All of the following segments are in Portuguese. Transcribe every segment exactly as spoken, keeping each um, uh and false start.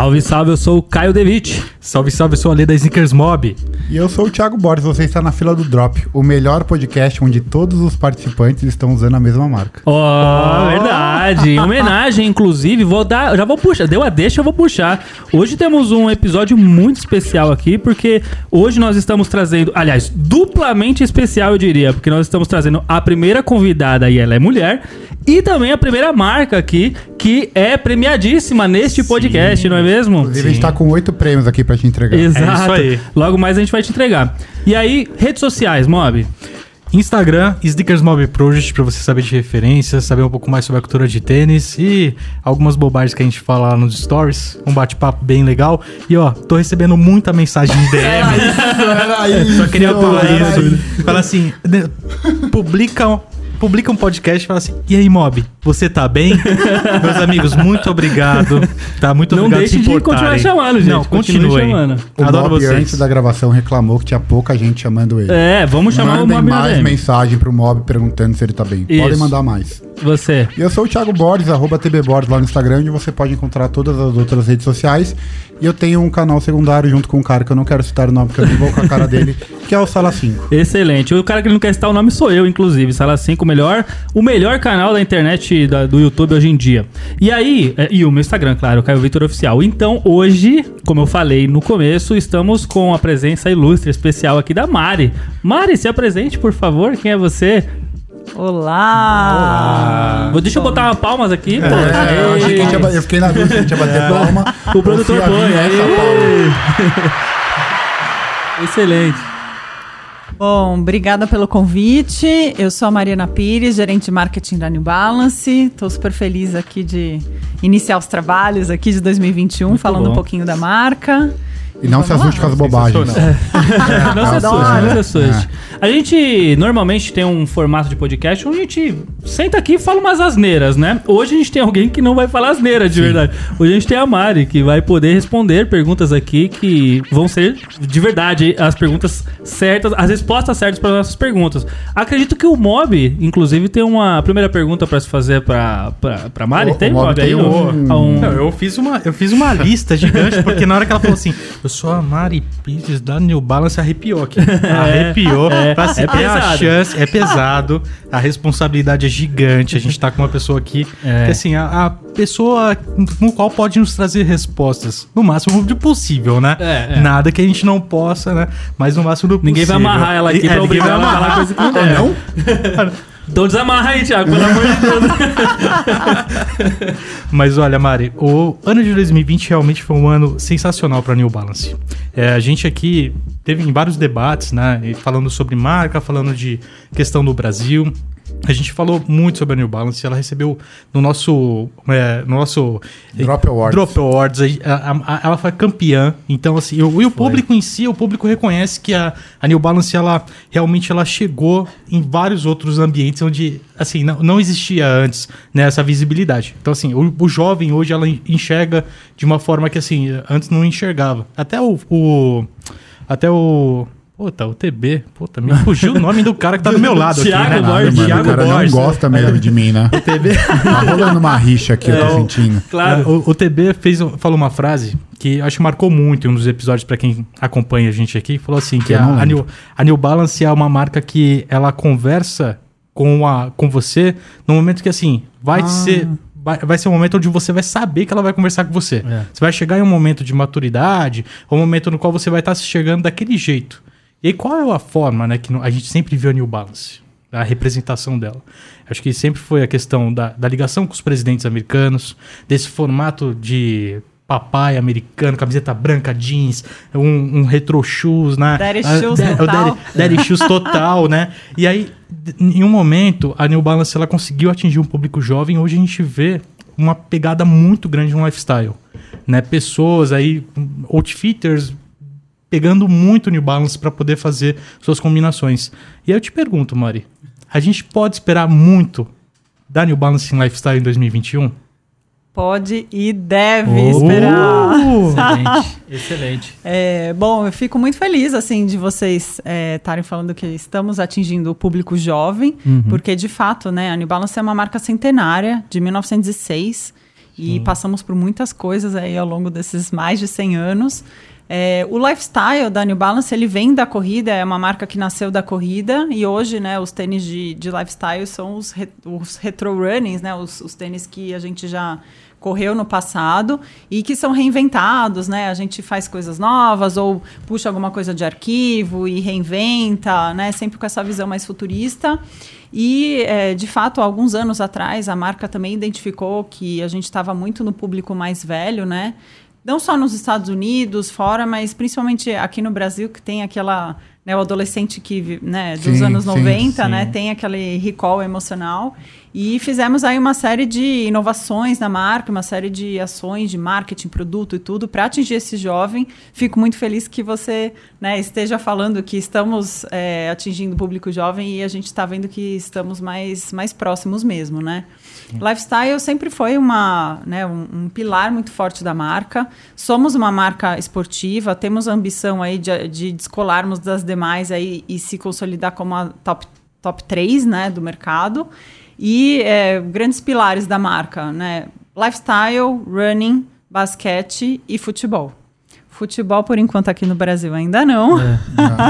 Salve, salve, eu sou o Caio Devitt. Salve, salve, eu sou a Lê da Sneakers Mob. E eu sou o Thiago Borges, você está na fila do Drop, o melhor podcast onde todos os participantes estão usando a mesma marca. Ó, oh, verdade. Em homenagem, inclusive, vou dar, já vou puxar, deu a deixa, eu vou puxar. Hoje temos um episódio muito especial aqui, porque hoje nós estamos trazendo, aliás, duplamente especial, eu diria, porque nós estamos trazendo a primeira convidada, e ela é mulher, e também a primeira marca aqui, que é premiadíssima neste podcast, Sim. não é mesmo? Inclusive, Sim. a gente tá com oito prêmios aqui pra te entregar. Exato. É isso aí. Logo mais a gente vai te entregar. E aí, redes sociais, Mob? Instagram, Sneakers Mob Project, pra você saber de referências, saber um pouco mais sobre a cultura de tênis e algumas bobagens que a gente fala lá nos stories. Um bate-papo bem legal. E ó, tô recebendo muita mensagem de D M. Era isso, era isso. Só queria falar isso. Fala assim, publica... Publica um podcast e fala assim: e aí, Mob, você tá bem? Meus amigos, muito obrigado. Tá, muito não obrigado. Não deixe de continuar chamando, gente. Não, continuem. O Adoro Mob, vocês. antes da gravação, reclamou que tinha pouca gente chamando ele. É, vamos chamar Mandem o Mob. mais mensagem pro Mob perguntando se ele tá bem. Isso. Podem mandar mais. Você. Eu sou o Thiago Borges, arroba T B Borges lá no Instagram, onde você pode encontrar todas as outras redes sociais. E eu tenho um canal secundário junto com um cara que eu não quero citar o nome, porque eu nem vou com a cara dele, que é o Sala cinco. Excelente. O cara que não quer citar o nome sou eu, inclusive. Sala cinco, o melhor, o melhor canal da internet da, do YouTube hoje em dia. E aí, e o meu Instagram, claro, o Caio Vitor Oficial. Então, hoje, como eu falei no começo, estamos com a presença ilustre, especial aqui da Mari. Mari, se apresente, por favor. Quem é você? Olá! Olá. Deixa eu botar palmas aqui. É, pô. é, eu, achei que a gente ia, eu fiquei na dúvida se a gente ia bater é. palma. O produtor põe. Excelente. Bom, obrigada pelo convite. Eu sou a Mariana Pires, gerente de marketing da New Balance. Estou super feliz aqui de iniciar os trabalhos aqui de dois mil e vinte e um, Muito falando bom. um pouquinho da marca. E não se assuste com as bobagens. É. É, não se assuste, não se assuste. É. A gente normalmente tem um formato de podcast onde a gente senta aqui e fala umas asneiras, né? Hoje a gente tem alguém que não vai falar asneira de Sim. verdade. Hoje a gente tem a Mari, que vai poder responder perguntas aqui que vão ser de verdade as perguntas certas, as respostas certas para as nossas perguntas. Acredito que o Mob, inclusive, tem uma primeira pergunta para se fazer para a Mari. O, tem, o Mob? Mob tem aí? Um... Um... Não, eu, fiz uma, eu fiz uma lista gigante, porque na hora que ela falou assim, eu sou a Mari Pires da New Balance, arrepiou aqui. Arrepiou. É, pra se é ter pesado. a chance, é pesado, a responsabilidade é gigante, a gente tá com uma pessoa aqui, é. que assim, a, a pessoa no qual pode nos trazer respostas, no máximo do possível, né? É, é. Nada que a gente não possa, né? Mas no máximo do ninguém possível. Ninguém vai amarrar ela aqui é, pra obrigar ela a falar coisa que não der. Não? Então desamarra aí, Thiago, pelo amor de Deus. Mas olha, Mari, o ano de dois mil e vinte realmente foi um ano sensacional para a New Balance. É, a gente aqui teve em vários debates, né? Falando sobre marca, falando de questão do Brasil. A gente falou muito sobre a New Balance, ela recebeu no nosso, é, no nosso Drop Awards, Drop Awards a, a, a, ela foi campeã, então assim, o, e o público em si, o público reconhece que a, a New Balance, ela realmente ela chegou em vários outros ambientes onde, assim, não, não existia antes, né, essa visibilidade. Então assim, o, o jovem hoje, ela enxerga de uma forma que assim, antes não enxergava. Até o... o até o... Puta, o T B. Puta, me fugiu o nome do cara que tá do meu lado aqui, Thiago né? Borges. Mano, Thiago o cara Borges. não gosta mesmo é. de mim, né? O T B... Tá rolando uma rixa aqui, é, eu tô sentindo. Claro. O, o T B fez, falou uma frase que acho que marcou muito em um dos episódios pra quem acompanha a gente aqui. Falou assim, que a, a, New, a New Balance é uma marca que ela conversa com, a, com você no momento que, assim, vai ah. ser... Vai, vai ser um momento onde você vai saber que ela vai conversar com você. É. Você vai chegar em um momento de maturidade, um momento no qual você vai estar se chegando daquele jeito. E aí, qual é a forma, né, que a gente sempre viu a New Balance, a representação dela? Acho que sempre foi a questão da, da ligação com os presidentes americanos, desse formato de papai americano, camiseta branca, jeans, um, um retro shoes, né? Daddy shoes uh, total. Daddy, daddy shoes total, né? E aí, em um momento, a New Balance ela conseguiu atingir um público jovem. Hoje a gente vê uma pegada muito grande no lifestyle, né? Pessoas aí, outfitters, pegando muito New Balance para poder fazer suas combinações. E aí eu te pergunto, Mari, a gente pode esperar muito da New Balance em lifestyle em dois mil e vinte e um? Pode e deve oh, esperar. Excelente, excelente. É, bom, eu fico muito feliz assim de vocês estarem é, falando que estamos atingindo o público jovem, uhum. porque de fato, né, a New Balance é uma marca centenária de mil novecentos e seis E passamos por muitas coisas aí ao longo desses mais de cem anos. É, o lifestyle da New Balance, ele vem da corrida, é uma marca que nasceu da corrida e hoje, né, os tênis de, de lifestyle são os, re, os retro runnings, né, os, os tênis que a gente já correu no passado e que são reinventados, né, a gente faz coisas novas ou puxa alguma coisa de arquivo e reinventa, né, sempre com essa visão mais futurista. E, é, de fato, há alguns anos atrás, a marca também identificou que a gente estava muito no público mais velho, né, não só nos Estados Unidos, fora, mas principalmente aqui no Brasil, que tem aquela... Né, o adolescente que, né, dos sim, anos noventa, sim, né, sim. Tem aquele recall emocional. E fizemos aí uma série de inovações na marca, uma série de ações de marketing, produto e tudo, para atingir esse jovem. Fico muito feliz que você, né, esteja falando que estamos é, atingindo o público jovem e a gente está vendo que estamos mais, mais próximos mesmo, né? Sim. Lifestyle sempre foi uma, né, um, um pilar muito forte da marca. Somos uma marca esportiva, temos a ambição aí de, de descolarmos das demais aí e se consolidar como a top, top três, né, do mercado. E é, grandes pilares da marca, né? Lifestyle, running, basquete e futebol. Futebol, por enquanto, aqui no Brasil ainda não. É. é.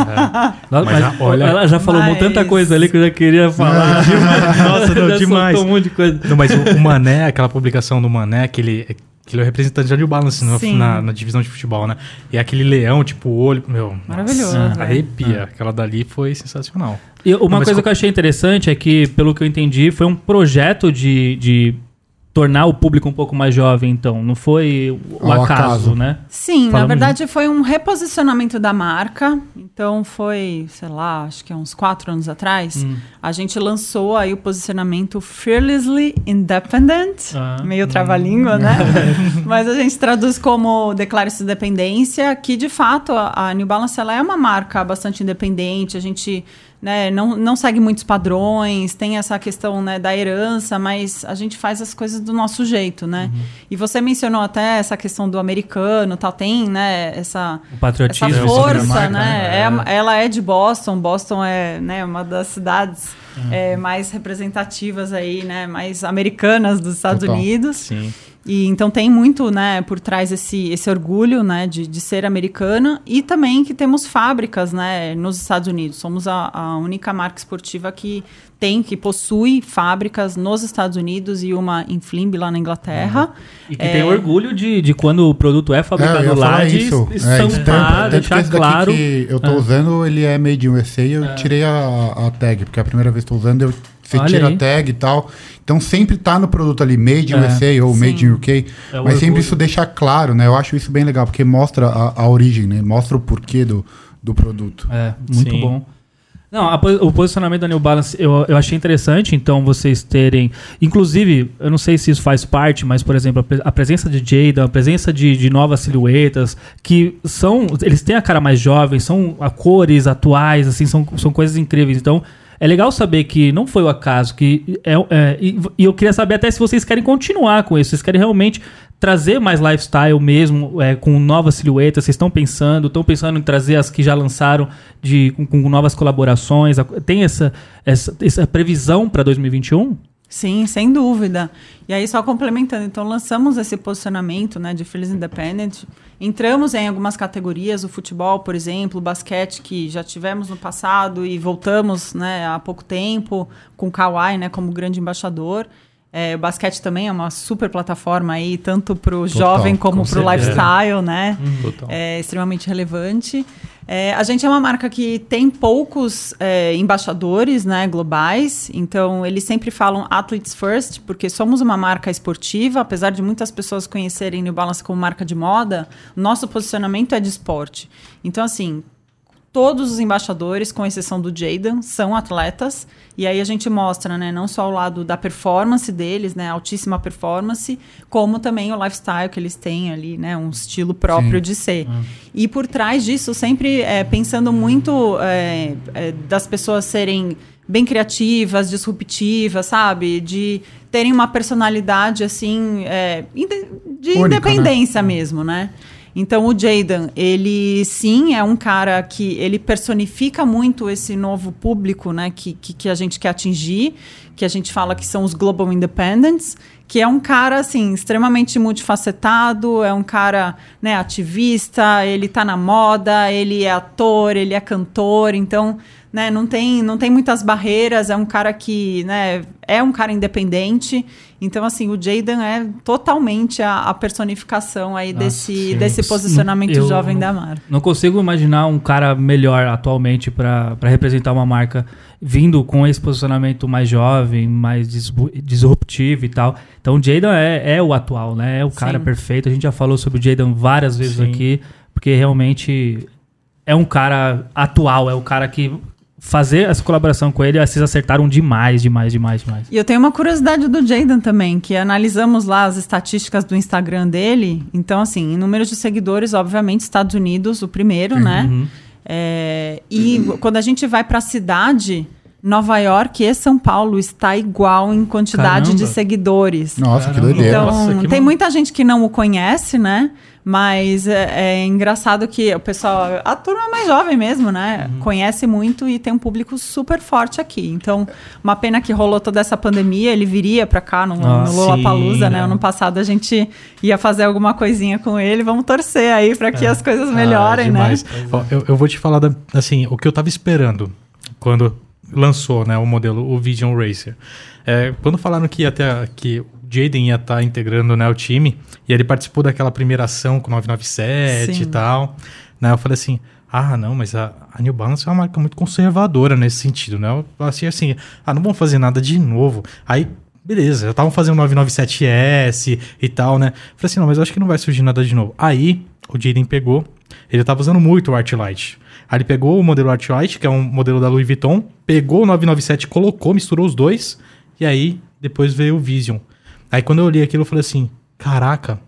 Mas, mas, olha, ela já falou mas... tanta coisa ali que eu já queria falar. Demais. Nossa, não, demais. Um monte de coisa. Não, mas o, o Mané, aquela publicação do Mané, aquele... que ele é o representante da New Balance na, na, na divisão de futebol, né? E aquele leão, tipo, o olho... Meu, maravilhoso. Nossa, arrepia. É. Aquela dali foi sensacional. E uma Não, coisa que eu achei interessante é que, pelo que eu entendi, foi um projeto de, de tornar o público um pouco mais jovem, então. Não foi o acaso, acaso, né? Sim, Falamos na verdade de... foi um reposicionamento da marca. Então foi, sei lá, acho que há uns quatro anos atrás, hum. a gente lançou aí o posicionamento Fearlessly Independent. Ah, meio hum. trava-língua, né? Mas a gente traduz como Declare-se Independência, que de fato a, a New Balance ela é uma marca bastante independente. A gente... Né, não, não segue muitos padrões, tem essa questão, né, da herança, mas a gente faz as coisas do nosso jeito, né? Uhum. E você mencionou até essa questão do americano, tal, tem, né, essa, o patriotismo, essa força, marca, né? É. É, ela é de Boston, Boston é, né, uma das cidades uhum. é, mais representativas aí, né, mais americanas dos Estados Total. Unidos. Sim. E, então tem muito, né, por trás esse, esse orgulho, né, de, de ser americana e também que temos fábricas, né, nos Estados Unidos. Somos a, a única marca esportiva que tem, que possui fábricas nos Estados Unidos e uma em Flimby, lá na Inglaterra. Uhum. E que é... tem orgulho de, de quando o produto é fabricado é, lá, de estampar, é, deixar que claro. Que eu tô ah. usando, ele é made in U S A, eu é. tirei a, a tag, porque a primeira vez que eu tô usando, eu Você Olha tira aí. a tag e tal. Então sempre tá no produto ali, made in é, U S A ou sim. made in U K. É mas orgulho. Sempre isso deixa claro, né? Eu acho isso bem legal, porque mostra a, a origem, né? Mostra o porquê do, do produto. É, muito sim. bom. Não, a, o posicionamento da New Balance eu, eu achei interessante, então vocês terem... Inclusive, eu não sei se isso faz parte, mas, por exemplo, a, a presença de Jada, a presença de, de novas silhuetas, que são... Eles têm a cara mais jovem, são a cores atuais, assim, são, são coisas incríveis. Então... É legal saber que não foi o acaso, que é, é, e, e eu queria saber até se vocês querem continuar com isso, vocês querem realmente trazer mais lifestyle mesmo, é, com novas silhuetas, vocês estão pensando, estão pensando em trazer as que já lançaram de, com, com novas colaborações, tem essa, essa, essa previsão para dois mil e vinte e um? Sim, sem dúvida. E aí, só complementando, então lançamos esse posicionamento, né, de Fearless Independent. Entramos em algumas categorias, o futebol, por exemplo, o basquete, que já tivemos no passado e voltamos, né, há pouco tempo, com o Kawhi, né, como grande embaixador. É, o basquete também é uma super plataforma aí, tanto para o jovem como para o lifestyle, né? Hum, é extremamente relevante. É, a gente é uma marca que tem poucos é, embaixadores, né, globais, então eles sempre falam athletes first, porque somos uma marca esportiva, apesar de muitas pessoas conhecerem New Balance como marca de moda, nosso posicionamento é de esporte. Então, assim, todos os embaixadores, com exceção do Jaden, são atletas. E aí a gente mostra, né, não só o lado da performance deles, né, altíssima performance, como também o lifestyle que eles têm ali, né, um estilo próprio Sim. de ser. Hum. E por trás disso, sempre é, pensando muito é, é, das pessoas serem bem criativas, disruptivas, sabe? De terem uma personalidade, assim, é, de Única, independência né? mesmo, né? Então o Jayden, ele sim é um cara que ele personifica muito esse novo público, né, que, que, que a gente quer atingir, que a gente fala que são os Global Independents, que é um cara, assim, extremamente multifacetado, é um cara, né, ativista, ele tá na moda, ele é ator, ele é cantor, então, né, não tem, não tem muitas barreiras, é um cara que, né, é um cara independente, então, assim, o Jayden é totalmente a, a personificação aí Nossa, desse, desse posicionamento eu jovem da marca. Não consigo imaginar um cara melhor atualmente para representar uma marca vindo com esse posicionamento mais jovem, mais disruptivo e tal. Então o Jayden é, é o atual, né? É o cara Sim. perfeito. A gente já falou sobre o Jayden várias vezes Sim. aqui, porque realmente é um cara atual, é o cara que fazer essa colaboração com ele, vocês acertaram demais, demais, demais, demais. E eu tenho uma curiosidade do Jayden também, que analisamos lá as estatísticas do Instagram dele. Então, assim, em números de seguidores, obviamente, Estados Unidos, o primeiro, uhum. né? É, e uhum. quando a gente vai para a cidade, Nova York e São Paulo está igual em quantidade Caramba. de seguidores. Nossa, Caramba. que doideira. Então, Nossa, que tem mal... muita gente que não o conhece, né? Mas é, é engraçado que o pessoal, a turma mais jovem mesmo, né? Uhum. Conhece muito e tem um público super forte aqui. Então, uma pena que rolou toda essa pandemia, ele viria pra cá no, ah, no Lollapalooza, né? Ano passado a gente ia fazer alguma coisinha com ele. Vamos torcer aí pra que é. as coisas melhorem, ah, né? Ó, eu, eu vou te falar, da, assim, o que eu tava esperando quando lançou, né, o modelo, o Vision Racer. É, quando falaram que ia ter, que Jayden ia estar tá integrando, né, o time, e ele participou daquela primeira ação com nove nove sete Sim. e tal, né, eu falei assim, ah, não, mas a, a New Balance é uma marca muito conservadora nesse sentido, né, eu achei assim, ah, não vão fazer nada de novo, aí, beleza, já estavam fazendo nove nove sete S e tal, né, falei assim, não, mas eu acho que não vai surgir nada de novo. Aí, o Jayden pegou, ele estava usando muito o Arclight. Aí ele pegou o modelo Arclight, que é um modelo da Louis Vuitton, pegou o nove nove sete, colocou, misturou os dois, e aí depois veio o Vision. Aí quando eu olhei aquilo, eu falei assim, caraca,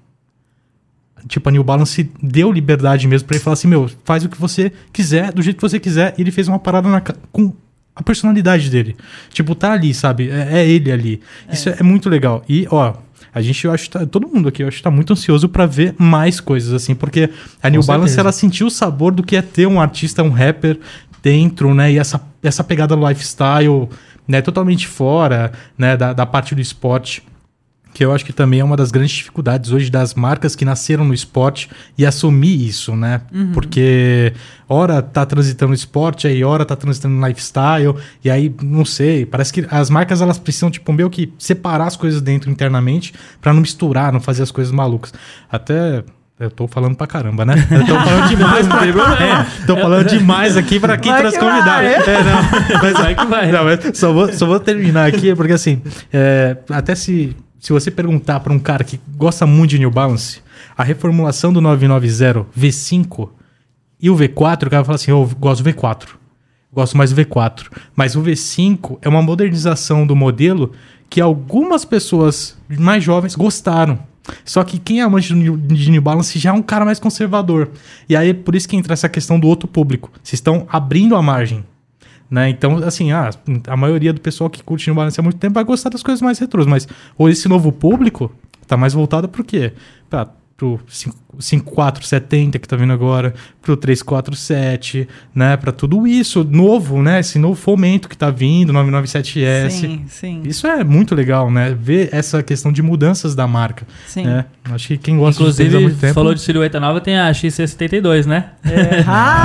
tipo, a New Balance deu liberdade mesmo pra ele falar assim, meu, faz o que você quiser, do jeito que você quiser, e ele fez uma parada na, com a personalidade dele. Tipo, tá ali, sabe? É, é ele ali. É. Isso é, é muito legal. E, ó, a gente, eu acho que tá, todo mundo aqui, eu acho que tá muito ansioso pra ver mais coisas, assim, porque a New Balance, ela sentiu o sabor do que é ter um artista, um rapper dentro, né, e essa, essa pegada lifestyle, né, totalmente fora, né, da, da parte do esporte, que eu acho que também é uma das grandes dificuldades hoje das marcas que nasceram no esporte e assumir isso, né? Uhum. Porque ora tá transitando no esporte, aí ora tá transitando no lifestyle, e aí, não sei, parece que as marcas, elas precisam, tipo, meio que separar as coisas dentro internamente pra não misturar, não fazer as coisas malucas. Até... Eu tô falando pra caramba, né? Eu tô falando demais pra... é, tô falando demais aqui pra quem traz convidado. É, não, mas vai que vai. Não, mas só vou, só vou terminar aqui, porque assim, é, até se... Se você perguntar para um cara que gosta muito de New Balance, a reformulação do nove nove zero V cinco e o V quatro, o cara fala assim, eu gosto do V quatro, gosto mais do V quatro. Mas o V cinco é uma modernização do modelo que algumas pessoas mais jovens gostaram. Só que quem é amante de New Balance já é um cara mais conservador. E aí é por isso que entra essa questão do outro público. Vocês estão abrindo a margem. Né? Então, assim, ah, a maioria do pessoal que curte New Balance há muito tempo vai gostar das coisas mais retrôs, mas esse novo público tá mais voltado pro quê? Pra, pro cinco quatro setenta que tá vindo agora, pro três quatro sete, né? Pra tudo isso novo, né? Esse novo fomento que tá vindo, nove nove sete S. Sim, sim. Isso é muito legal, né? Ver essa questão de mudanças da marca. Sim. Né? Acho que quem gosta Inclusive, de há muito tempo... falou de silhueta nova, tem a X C setenta e dois, né? É.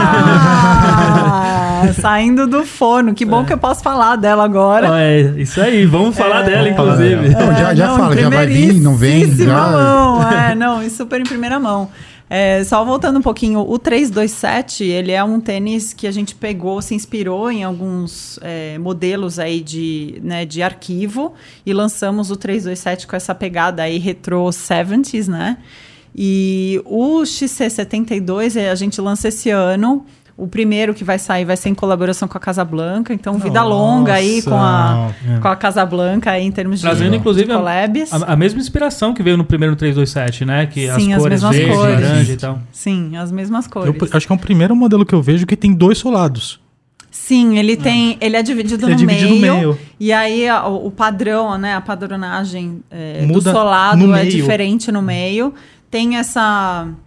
Ah, saindo do forno. Que bom é. que eu posso falar dela agora. É, isso aí. Vamos falar é, dela, inclusive. Então, é, já já não, fala, já vai vir, não vem? Já... Mão. É, não, isso super em primeira mão. É, só voltando um pouquinho, o três dois sete, ele é um tênis que a gente pegou, se inspirou em alguns é, modelos aí de, né, de arquivo e lançamos o três dois sete com essa pegada aí retro setenta, né? E o X C setenta e dois a gente lança esse ano. O primeiro que vai sair vai ser em colaboração com a Casablanca, então vida Nossa. longa aí com a, é. com a Casablanca aí em termos de, Trazendo, inclusive, de collabs. A, a mesma inspiração que veio no primeiro três dois sete, né? Que Sim, as, as cores mesmas verde, cores. laranja e tal. Sim, as mesmas cores. Eu acho que é o primeiro modelo que eu vejo que tem dois solados. Sim, ele tem, ele é dividido, ele no, é dividido meio, no meio. E aí a, o padrão, né, a padronagem é, Muda do solado no é meio. diferente no meio. Tem essa...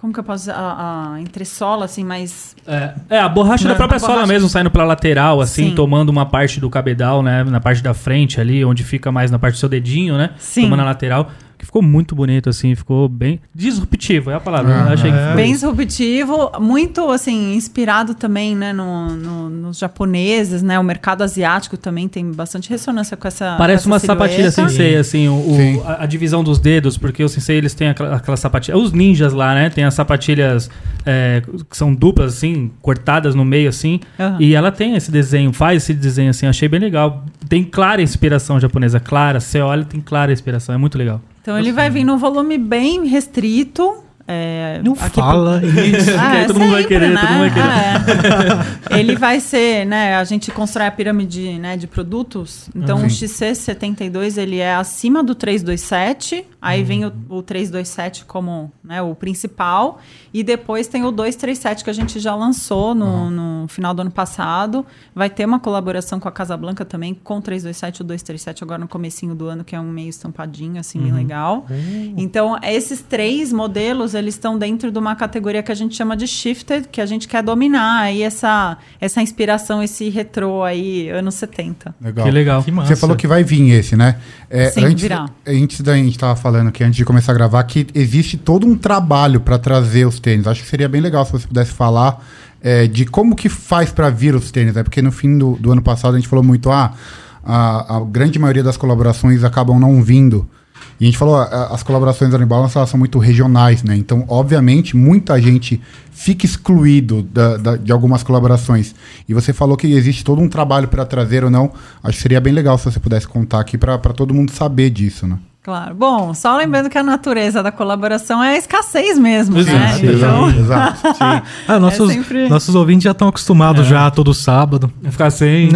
Como que eu posso dizer? A, a entressola, assim, mais... É, é a borracha é, da própria sola mesmo, saindo pra lateral, assim, Sim. tomando uma parte do cabedal, né? Na parte da frente ali, onde fica mais na parte do seu dedinho, né? Sim. Tomando a lateral. Que ficou muito bonito, assim, ficou bem disruptivo, é a palavra. Ah, eu achei é. que Bem disruptivo, muito, assim, inspirado também, né, no, no, nos japoneses, né? O mercado asiático também tem bastante ressonância com essa Parece com uma essa sapatilha sensei, assim, o, o, a, a divisão dos dedos, porque o sensei, eles têm aquela, aquela sapatilha... Os ninjas lá, né? Tem as sapatilhas é, que são duplas, assim, cortadas no meio, assim, uhum. e ela tem esse desenho, faz esse desenho, assim, achei bem legal. Tem clara inspiração japonesa, clara, você olha, tem clara inspiração, é muito legal. Então ele vai vir num volume bem restrito. É, não fala pro... isso. Ah, é, todo mundo vai querer, né? todo mundo vai querer. Ah, é. Ele vai ser, né? A gente constrói a pirâmide, né, de produtos. Então uhum. o X C setenta e dois ele é acima do trezentos e vinte e sete. Aí uhum. vem o, o trezentos e vinte e sete como, né, o principal. E depois tem o duzentos e trinta e sete que a gente já lançou no, uhum. no final do ano passado. Vai ter uma colaboração com a Casablanca também, com o trezentos e vinte e sete e o duzentos e trinta e sete agora no comecinho do ano, que é um meio estampadinho, assim, uhum. bem legal. Uhum. Então, esses três modelos, eles estão dentro de uma categoria que a gente chama de shifted, que a gente quer dominar aí essa, essa inspiração, esse retrô aí, anos setenta. Legal. Que legal. Que Você falou que vai vir esse, né? É, Sim, antes, virá. Antes da gente estava falando que antes de começar a gravar, que existe todo um trabalho para trazer os tênis. Acho que seria bem legal se você pudesse falar é, de como que faz para vir os tênis, né? Porque no fim do, do ano passado a gente falou muito, ah, a, a grande maioria das colaborações acabam não vindo. E a gente falou, as colaborações da New Balance, elas são muito regionais, né? Então, obviamente, muita gente fica excluído da, da, de algumas colaborações. E você falou que existe todo um trabalho para trazer ou não. Acho que seria bem legal se você pudesse contar aqui para todo mundo saber disso, né? Claro. Bom, só lembrando que a natureza da colaboração é a escassez mesmo, exato, né? Então... Exato, exato. Sim. Ah, nossos, é sempre... nossos ouvintes já estão acostumados é. já todo sábado. Ficar sem...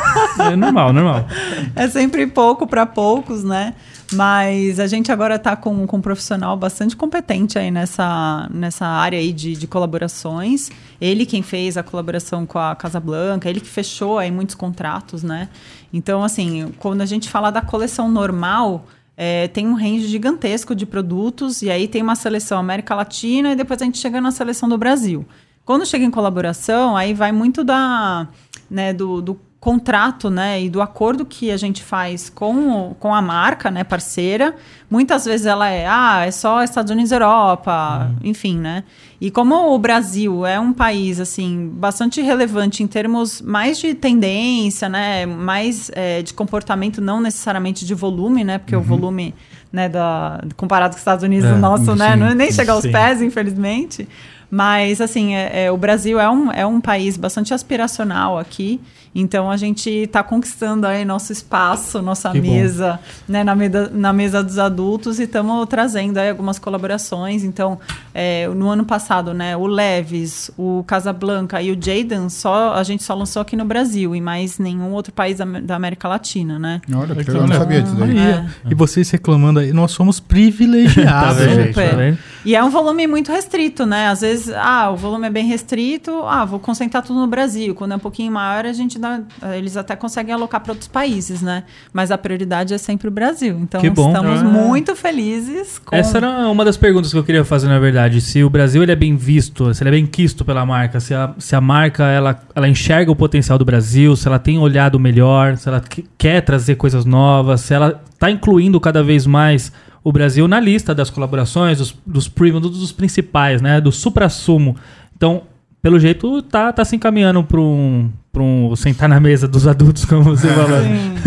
é normal, normal. É sempre pouco para poucos, né? Mas a gente agora está com, com um profissional bastante competente aí nessa, nessa área aí de, de colaborações. Ele quem fez a colaboração com a Casablanca, ele que fechou aí muitos contratos, né? Então, assim, quando a gente fala da coleção normal, é, tem um range gigantesco de produtos e aí tem uma seleção América Latina e depois a gente chega na seleção do Brasil. Quando chega em colaboração, aí vai muito da, né, do, do contrato, né, e do acordo que a gente faz com, com a marca, né, parceira. Muitas vezes ela é, ah, é só Estados Unidos e Europa, uhum. enfim, né? E como o Brasil é um país, assim, bastante relevante em termos mais de tendência, né, mais é, de comportamento, não necessariamente de volume, né, porque uhum. o volume, né, da, comparado com os Estados Unidos, é, o nosso, sim, né, não, nem chega aos sim. pés, infelizmente. Mas, assim, é, é, o Brasil é um, é um país bastante aspiracional aqui, então a gente está conquistando aí nosso espaço, nossa que mesa, né, na, meda, na mesa dos adultos e estamos trazendo aí algumas colaborações. Então, é, no ano passado, né, o Levi's, o Casablanca e o Jadon, só, a gente só lançou aqui no Brasil e mais nenhum outro país da, da América Latina, né? Olha, que eu não sabia disso daí. É. E vocês reclamando aí, nós somos privilegiados. tá vendo, Super. Tá e é um volume muito restrito, né? Às vezes ah, o volume é bem restrito, ah, vou concentrar tudo no Brasil. Quando é um pouquinho maior, a gente dá, eles até conseguem alocar para outros países, né? Mas a prioridade é sempre o Brasil. Então, que bom. estamos ah. muito felizes com... Essa era uma das perguntas que eu queria fazer, na verdade. Se o Brasil ele é bem visto, se ele é bem quisto pela marca, se a, se a marca ela, ela enxerga o potencial do Brasil, se ela tem olhado melhor, se ela que, quer trazer coisas novas, se ela está incluindo cada vez mais o Brasil na lista das colaborações, dos, dos premium, dos principais, né? Do supra-sumo. Então, pelo jeito, tá, tá se encaminhando para um, para um sentar na mesa dos adultos, como você falou.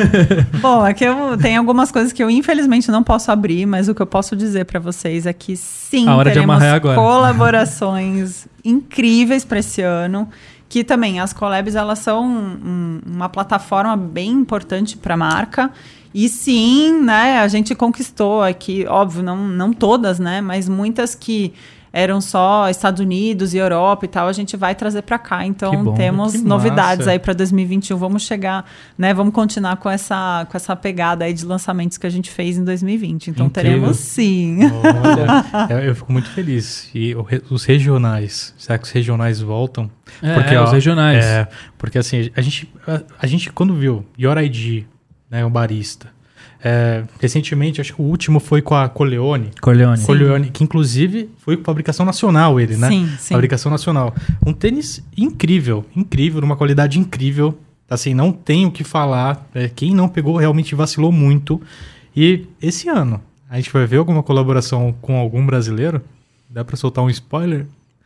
Bom, é que eu tenho algumas coisas que eu, infelizmente, não posso abrir, mas o que eu posso dizer para vocês é que, sim, a hora teremos de amarrar agora. Colaborações incríveis para esse ano. Que também, as collabs, elas são um, uma plataforma bem importante para a marca. E sim, né, a gente conquistou aqui, óbvio, não, não todas, né, mas muitas que eram só Estados Unidos e Europa e tal, a gente vai trazer para cá. Então, bom, temos novidades aí para dois mil e vinte e um. Vamos chegar, né, vamos continuar com essa, com essa pegada aí de lançamentos que a gente fez em dois mil e vinte. Então, incrível. Teremos sim. Olha, eu, eu fico muito feliz. E o, os regionais, será que os regionais voltam? É, porque, é, ó, os regionais. É, porque assim, a gente, a, a gente quando viu Your I D, né, o barista, É, recentemente, acho que o último foi com a Corleone. Corleone. Corleone, que inclusive foi com fabricação nacional ele, né? Sim, sim. Fabricação nacional. Um tênis incrível, incrível, numa qualidade incrível. Assim, não tem o que falar. É, quem não pegou realmente vacilou muito. E esse ano, a gente vai ver alguma colaboração com algum brasileiro? Dá pra soltar um spoiler?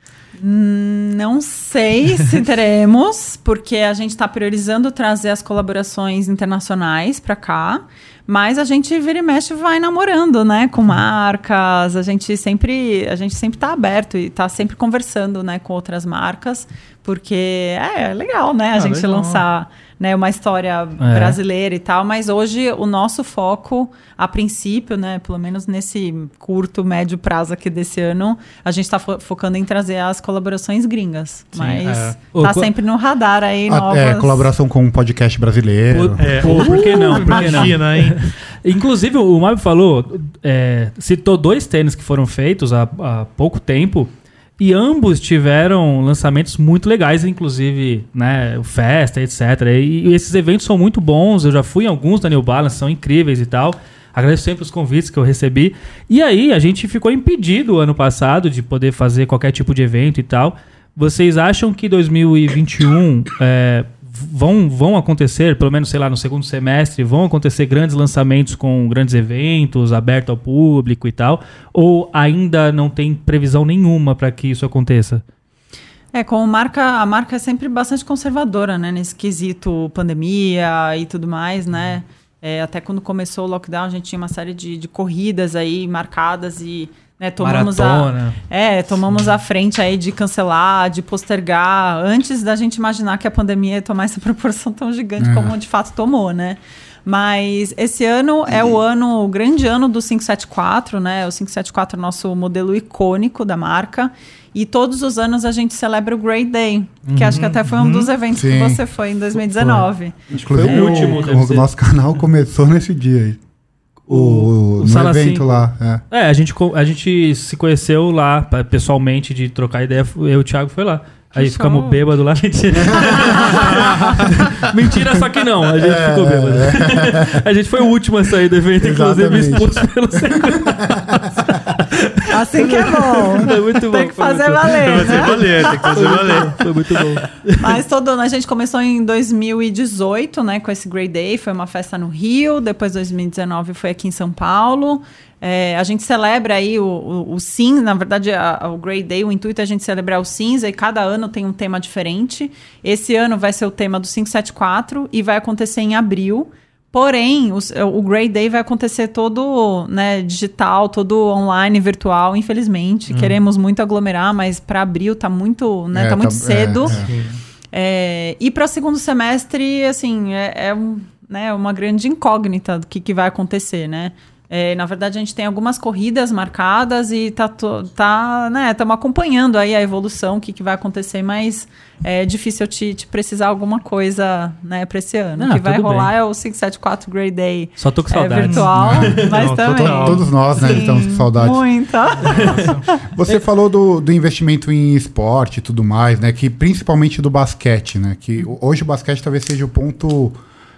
Não sei se teremos, porque a gente está priorizando trazer as colaborações internacionais para cá, mas a gente vira e mexe vai namorando, né, com marcas, a gente sempre a gente sempre está aberto e está sempre conversando, né, com outras marcas, porque é, é legal, né, a ah, gente legal. lançar, né, uma história é. brasileira e tal, mas hoje o nosso foco, a princípio, né, pelo menos nesse curto, médio prazo aqui desse ano, a gente está fo- focando em trazer as colaborações gringas, Sim, mas é. tá o, sempre no radar aí, a, novas... É, colaboração com um podcast brasileiro. Por, é, Pô, por que não? Por Imagina, que não? hein? Inclusive, o Mábio falou, é, citou dois tênis que foram feitos há, há pouco tempo, e ambos tiveram lançamentos muito legais, inclusive, né, o Festa, etcétera. E, e esses eventos são muito bons, eu já fui em alguns da New Balance, são incríveis e tal. Agradeço sempre os convites que eu recebi. E aí, a gente ficou impedido ano passado de poder fazer qualquer tipo de evento e tal. Vocês acham que dois mil e vinte e um é, vão, vão acontecer, pelo menos, sei lá, no segundo semestre, vão acontecer grandes lançamentos com grandes eventos, aberto ao público e tal? Ou ainda não tem previsão nenhuma para que isso aconteça? É, como marca, a marca é sempre bastante conservadora, né? Nesse quesito pandemia e tudo mais, né? É, até quando começou o lockdown, a gente tinha uma série de, de corridas aí marcadas e... Né, tomamos Maratona. a, é, tomamos Sim. a frente aí de cancelar, de postergar, antes da gente imaginar que a pandemia ia tomar essa proporção tão gigante é. como de fato tomou, né? Mas esse ano é o ano, o grande ano do quinhentos e setenta e quatro, né? O quinhentos e setenta e quatro é o nosso modelo icônico da marca. E todos os anos a gente celebra o Great Day, que uhum, acho que até foi um uhum, dos eventos sim. que você foi em dois mil e dezenove. Acho que foi é, o último. O, o nosso canal começou nesse dia aí. O, o, no Sala evento cinco. Lá. É, é a, gente, a gente se conheceu lá pessoalmente, de trocar ideia. Eu e o Thiago foi lá. Aí ficamos bêbados lá. Mentira. Mentira, só que não. A gente é, ficou bêbado. É. A gente foi o último a sair do evento, inclusive expulso pelo segurança. Assim que é bom. Foi muito bom. Tem que fazer valer, né? Tem que fazer valer, tem que fazer valer. Foi muito bom. Mas todo ano, a gente começou em dois mil e dezoito, né, com esse Great Day. Foi uma festa no Rio. Depois, dois mil e dezenove, foi aqui em São Paulo. É, a gente celebra aí o, o, o cinza, na verdade a, a, o Great Day, o intuito é a gente celebrar o cinza e cada ano tem um tema diferente. Esse ano vai ser o tema do quinhentos e setenta e quatro e vai acontecer em abril. Porém, o, o Great Day vai acontecer todo, né, digital, todo online, virtual, infelizmente. Hum. Queremos muito aglomerar, mas para abril tá muito, né, é, tá muito tá, cedo. É, é. É, e para o segundo semestre, assim, é, é um, né, uma grande incógnita do que, que vai acontecer, né? É, na verdade, a gente tem algumas corridas marcadas e tá, tá, né, estamos acompanhando aí a evolução, o que, que vai acontecer, mas é difícil eu te, te precisar alguma coisa, né, para esse ano. Ah, o que vai rolar bem. É o quinhentos e setenta e quatro Great Day. Só tô com saudade. É virtual, mas Não, também. Total. Todos nós, né, Sim, estamos com saudade. Muita. Você falou do, do investimento em esporte e tudo mais, né, que principalmente do basquete, né, que hoje o basquete talvez seja o ponto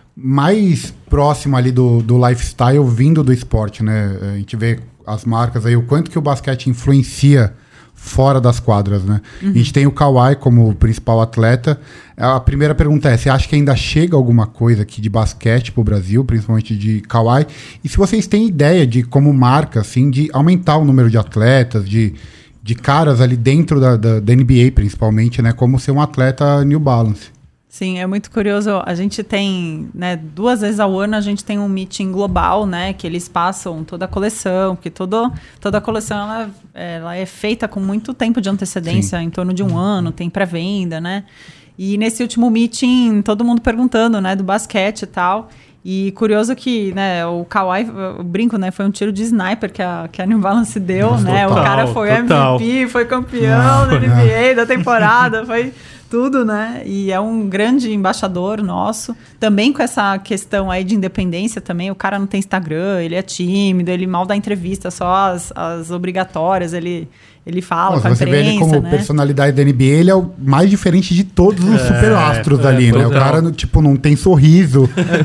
mais próximo ali do, do lifestyle vindo do esporte, né? A gente vê as marcas aí, o quanto que o basquete influencia fora das quadras, né? Uhum. A gente tem o Kawhi como principal atleta. A primeira pergunta é, você acha que ainda chega alguma coisa aqui de basquete pro Brasil, principalmente de Kawhi? E se vocês têm ideia de, como marca, assim, de aumentar o número de atletas, de, de caras ali dentro da, da, da N B A, principalmente, né? Como ser um atleta New Balance. Sim, é muito curioso. A gente tem, né, duas vezes ao ano a gente tem um meeting global, né, que eles passam toda a coleção, porque todo, toda a coleção ela, ela é feita com muito tempo de antecedência, Sim. em torno de um ano, tem pré-venda, né? E nesse último meeting, todo mundo perguntando, né, do basquete e tal. E curioso que, né, o Kawhi, o brinco, né, foi um tiro de sniper que a, que a New Balance deu, Nossa, né? Total, o cara foi total. M V P, foi campeão da N B A da temporada, foi tudo, né? E é um grande embaixador nosso. Também com essa questão aí de independência também. O cara não tem Instagram, ele é tímido, ele mal dá entrevista, só as, as obrigatórias, ele... Ele fala Nossa, com a você imprensa, vê ele como né? personalidade da N B A, ele é o mais diferente de todos os é, super astros é, ali, é, né? O cara, tipo, não tem sorriso,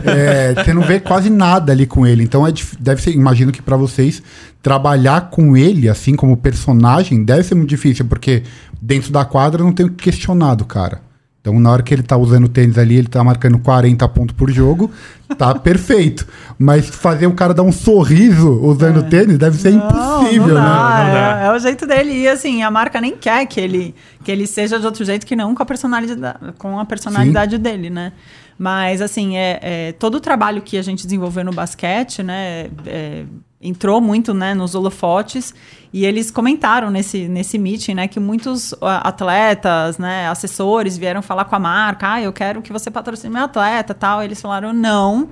é, você não vê quase nada ali com ele. Então, é, deve ser, imagino que pra vocês, trabalhar com ele, assim, como personagem, deve ser muito difícil, porque dentro da quadra não tem o que questionar do cara. Então, na hora que ele tá usando o tênis ali, ele tá marcando quarenta pontos por jogo, tá perfeito. Mas fazer o cara dar um sorriso usando o é. tênis deve ser não, impossível, não dá, né? Não dá. É, é o jeito dele. E assim, a marca nem quer que ele, que ele seja de outro jeito que não com a personalidade, com a personalidade dele, né? Mas, assim, é, é, todo o trabalho que a gente desenvolveu no basquete, né, é, entrou muito, né, nos holofotes, e eles comentaram nesse, nesse meeting, né, que muitos atletas, né, assessores vieram falar com a marca, ah, eu quero que você patrocine meu atleta, tal. Eles falaram, não,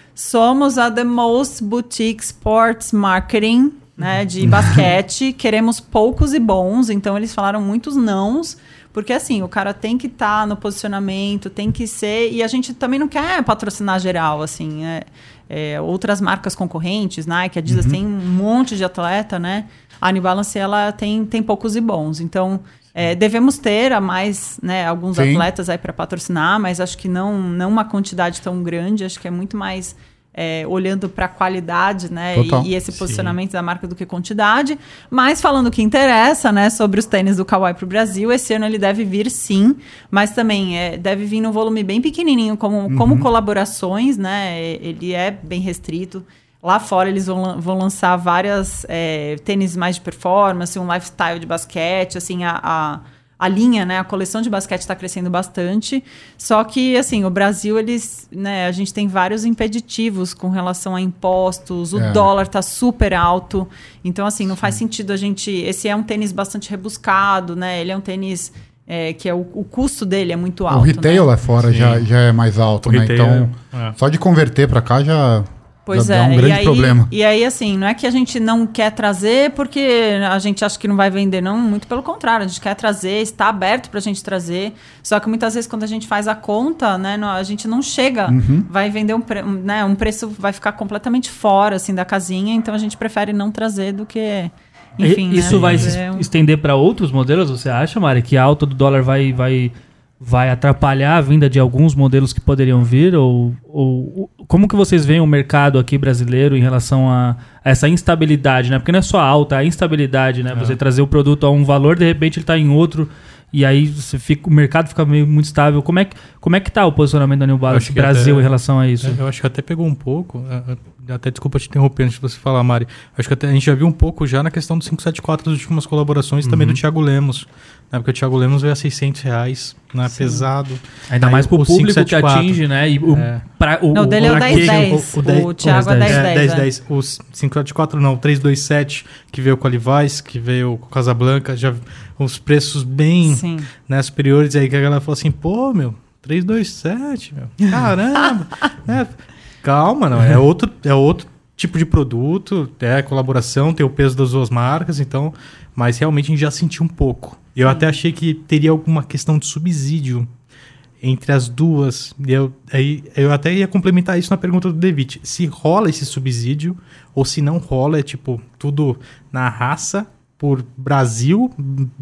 somos a The Most Boutique Sports Marketing, né, de basquete, queremos poucos e bons, então eles falaram muitos nãos, porque, assim, o cara tem que estar tá no posicionamento, tem que ser... E a gente também não quer patrocinar geral, assim. É, é, outras marcas concorrentes, Nike, Adidas, uhum. tem um monte de atleta, né? A New Balance, ela tem, tem poucos e bons. Então, é, devemos ter a mais, né, alguns Sim. atletas aí para patrocinar, mas acho que não, não uma quantidade tão grande. Acho que é muito mais... É, olhando para a qualidade, né, e, e esse posicionamento Sim. da marca do que quantidade. Mas falando o que interessa, né, sobre os tênis do Kawhi para o Brasil, esse ano ele deve vir sim, mas também é, deve vir num volume bem pequenininho, como, uhum. como colaborações, né, ele é bem restrito. Lá fora eles vão, vão lançar várias é, tênis mais de performance, um lifestyle de basquete, assim, a... a A linha, né, a coleção de basquete está crescendo bastante, só que, assim, o Brasil, eles, né, a gente tem vários impeditivos com relação a impostos, o é. dólar está super alto, então, assim, não Sim. faz sentido a gente... Esse é um tênis bastante rebuscado, né, ele é um tênis é, que é o, o custo dele é muito alto. O retail né? lá fora já, já é mais alto, o né, então, é. só de converter para cá já... Pois Já é, dá um grande e aí, problema. E aí, assim, não é que a gente não quer trazer porque a gente acha que não vai vender, não. Muito pelo contrário, a gente quer trazer, está aberto para a gente trazer. Só que muitas vezes quando a gente faz a conta, né, a gente não chega, uhum. vai vender um, pre- né, um preço, vai ficar completamente fora, assim, da casinha. Então a gente prefere não trazer do que... Enfim, Isso né, vai se estender para outros modelos, você acha, Mari? Que a alta do dólar vai... vai... vai atrapalhar a vinda de alguns modelos que poderiam vir? Ou, ou como que vocês veem o mercado aqui brasileiro em relação a, a essa instabilidade, né? Porque não é só alta, a instabilidade, né? É. Você trazer o produto a um valor, de repente ele está em outro, e aí você fica, o mercado fica meio muito estável. Como é que como é que está o posicionamento da New Balance Brasil até, em relação a isso? Eu acho que até pegou um pouco, até desculpa te interromper antes de você falar, Mari. Acho que até a gente já viu um pouco já na questão do quinhentos e setenta e quatro das últimas colaborações, uhum. também do Thiago Lemos. Né? Porque o Thiago Lemos veio a seiscentos reais, né? Pesado. Ainda aí, mais pro público que atinge, né? E o, é. pra, o, não, o dele é o dez dez. O, o, o Thiago é dez dez. dez dez. O quinhentos e setenta e quatro não, o trezentos e vinte e sete, que veio com a Levi's, que veio com a Casablanca, já os preços bem né, superiores. Aí que a galera falou assim, pô, meu, trezentos e vinte e sete, meu, caramba. é, calma, não, é outro, é outro tipo de produto, é colaboração, tem o peso das duas marcas, então, mas realmente a gente já sentiu um pouco. Eu Sim. até achei que teria alguma questão de subsídio entre as duas. Eu, aí, eu até ia complementar isso na pergunta do Devitt. Se rola esse subsídio, ou se não rola, é tipo, tudo na raça, por Brasil,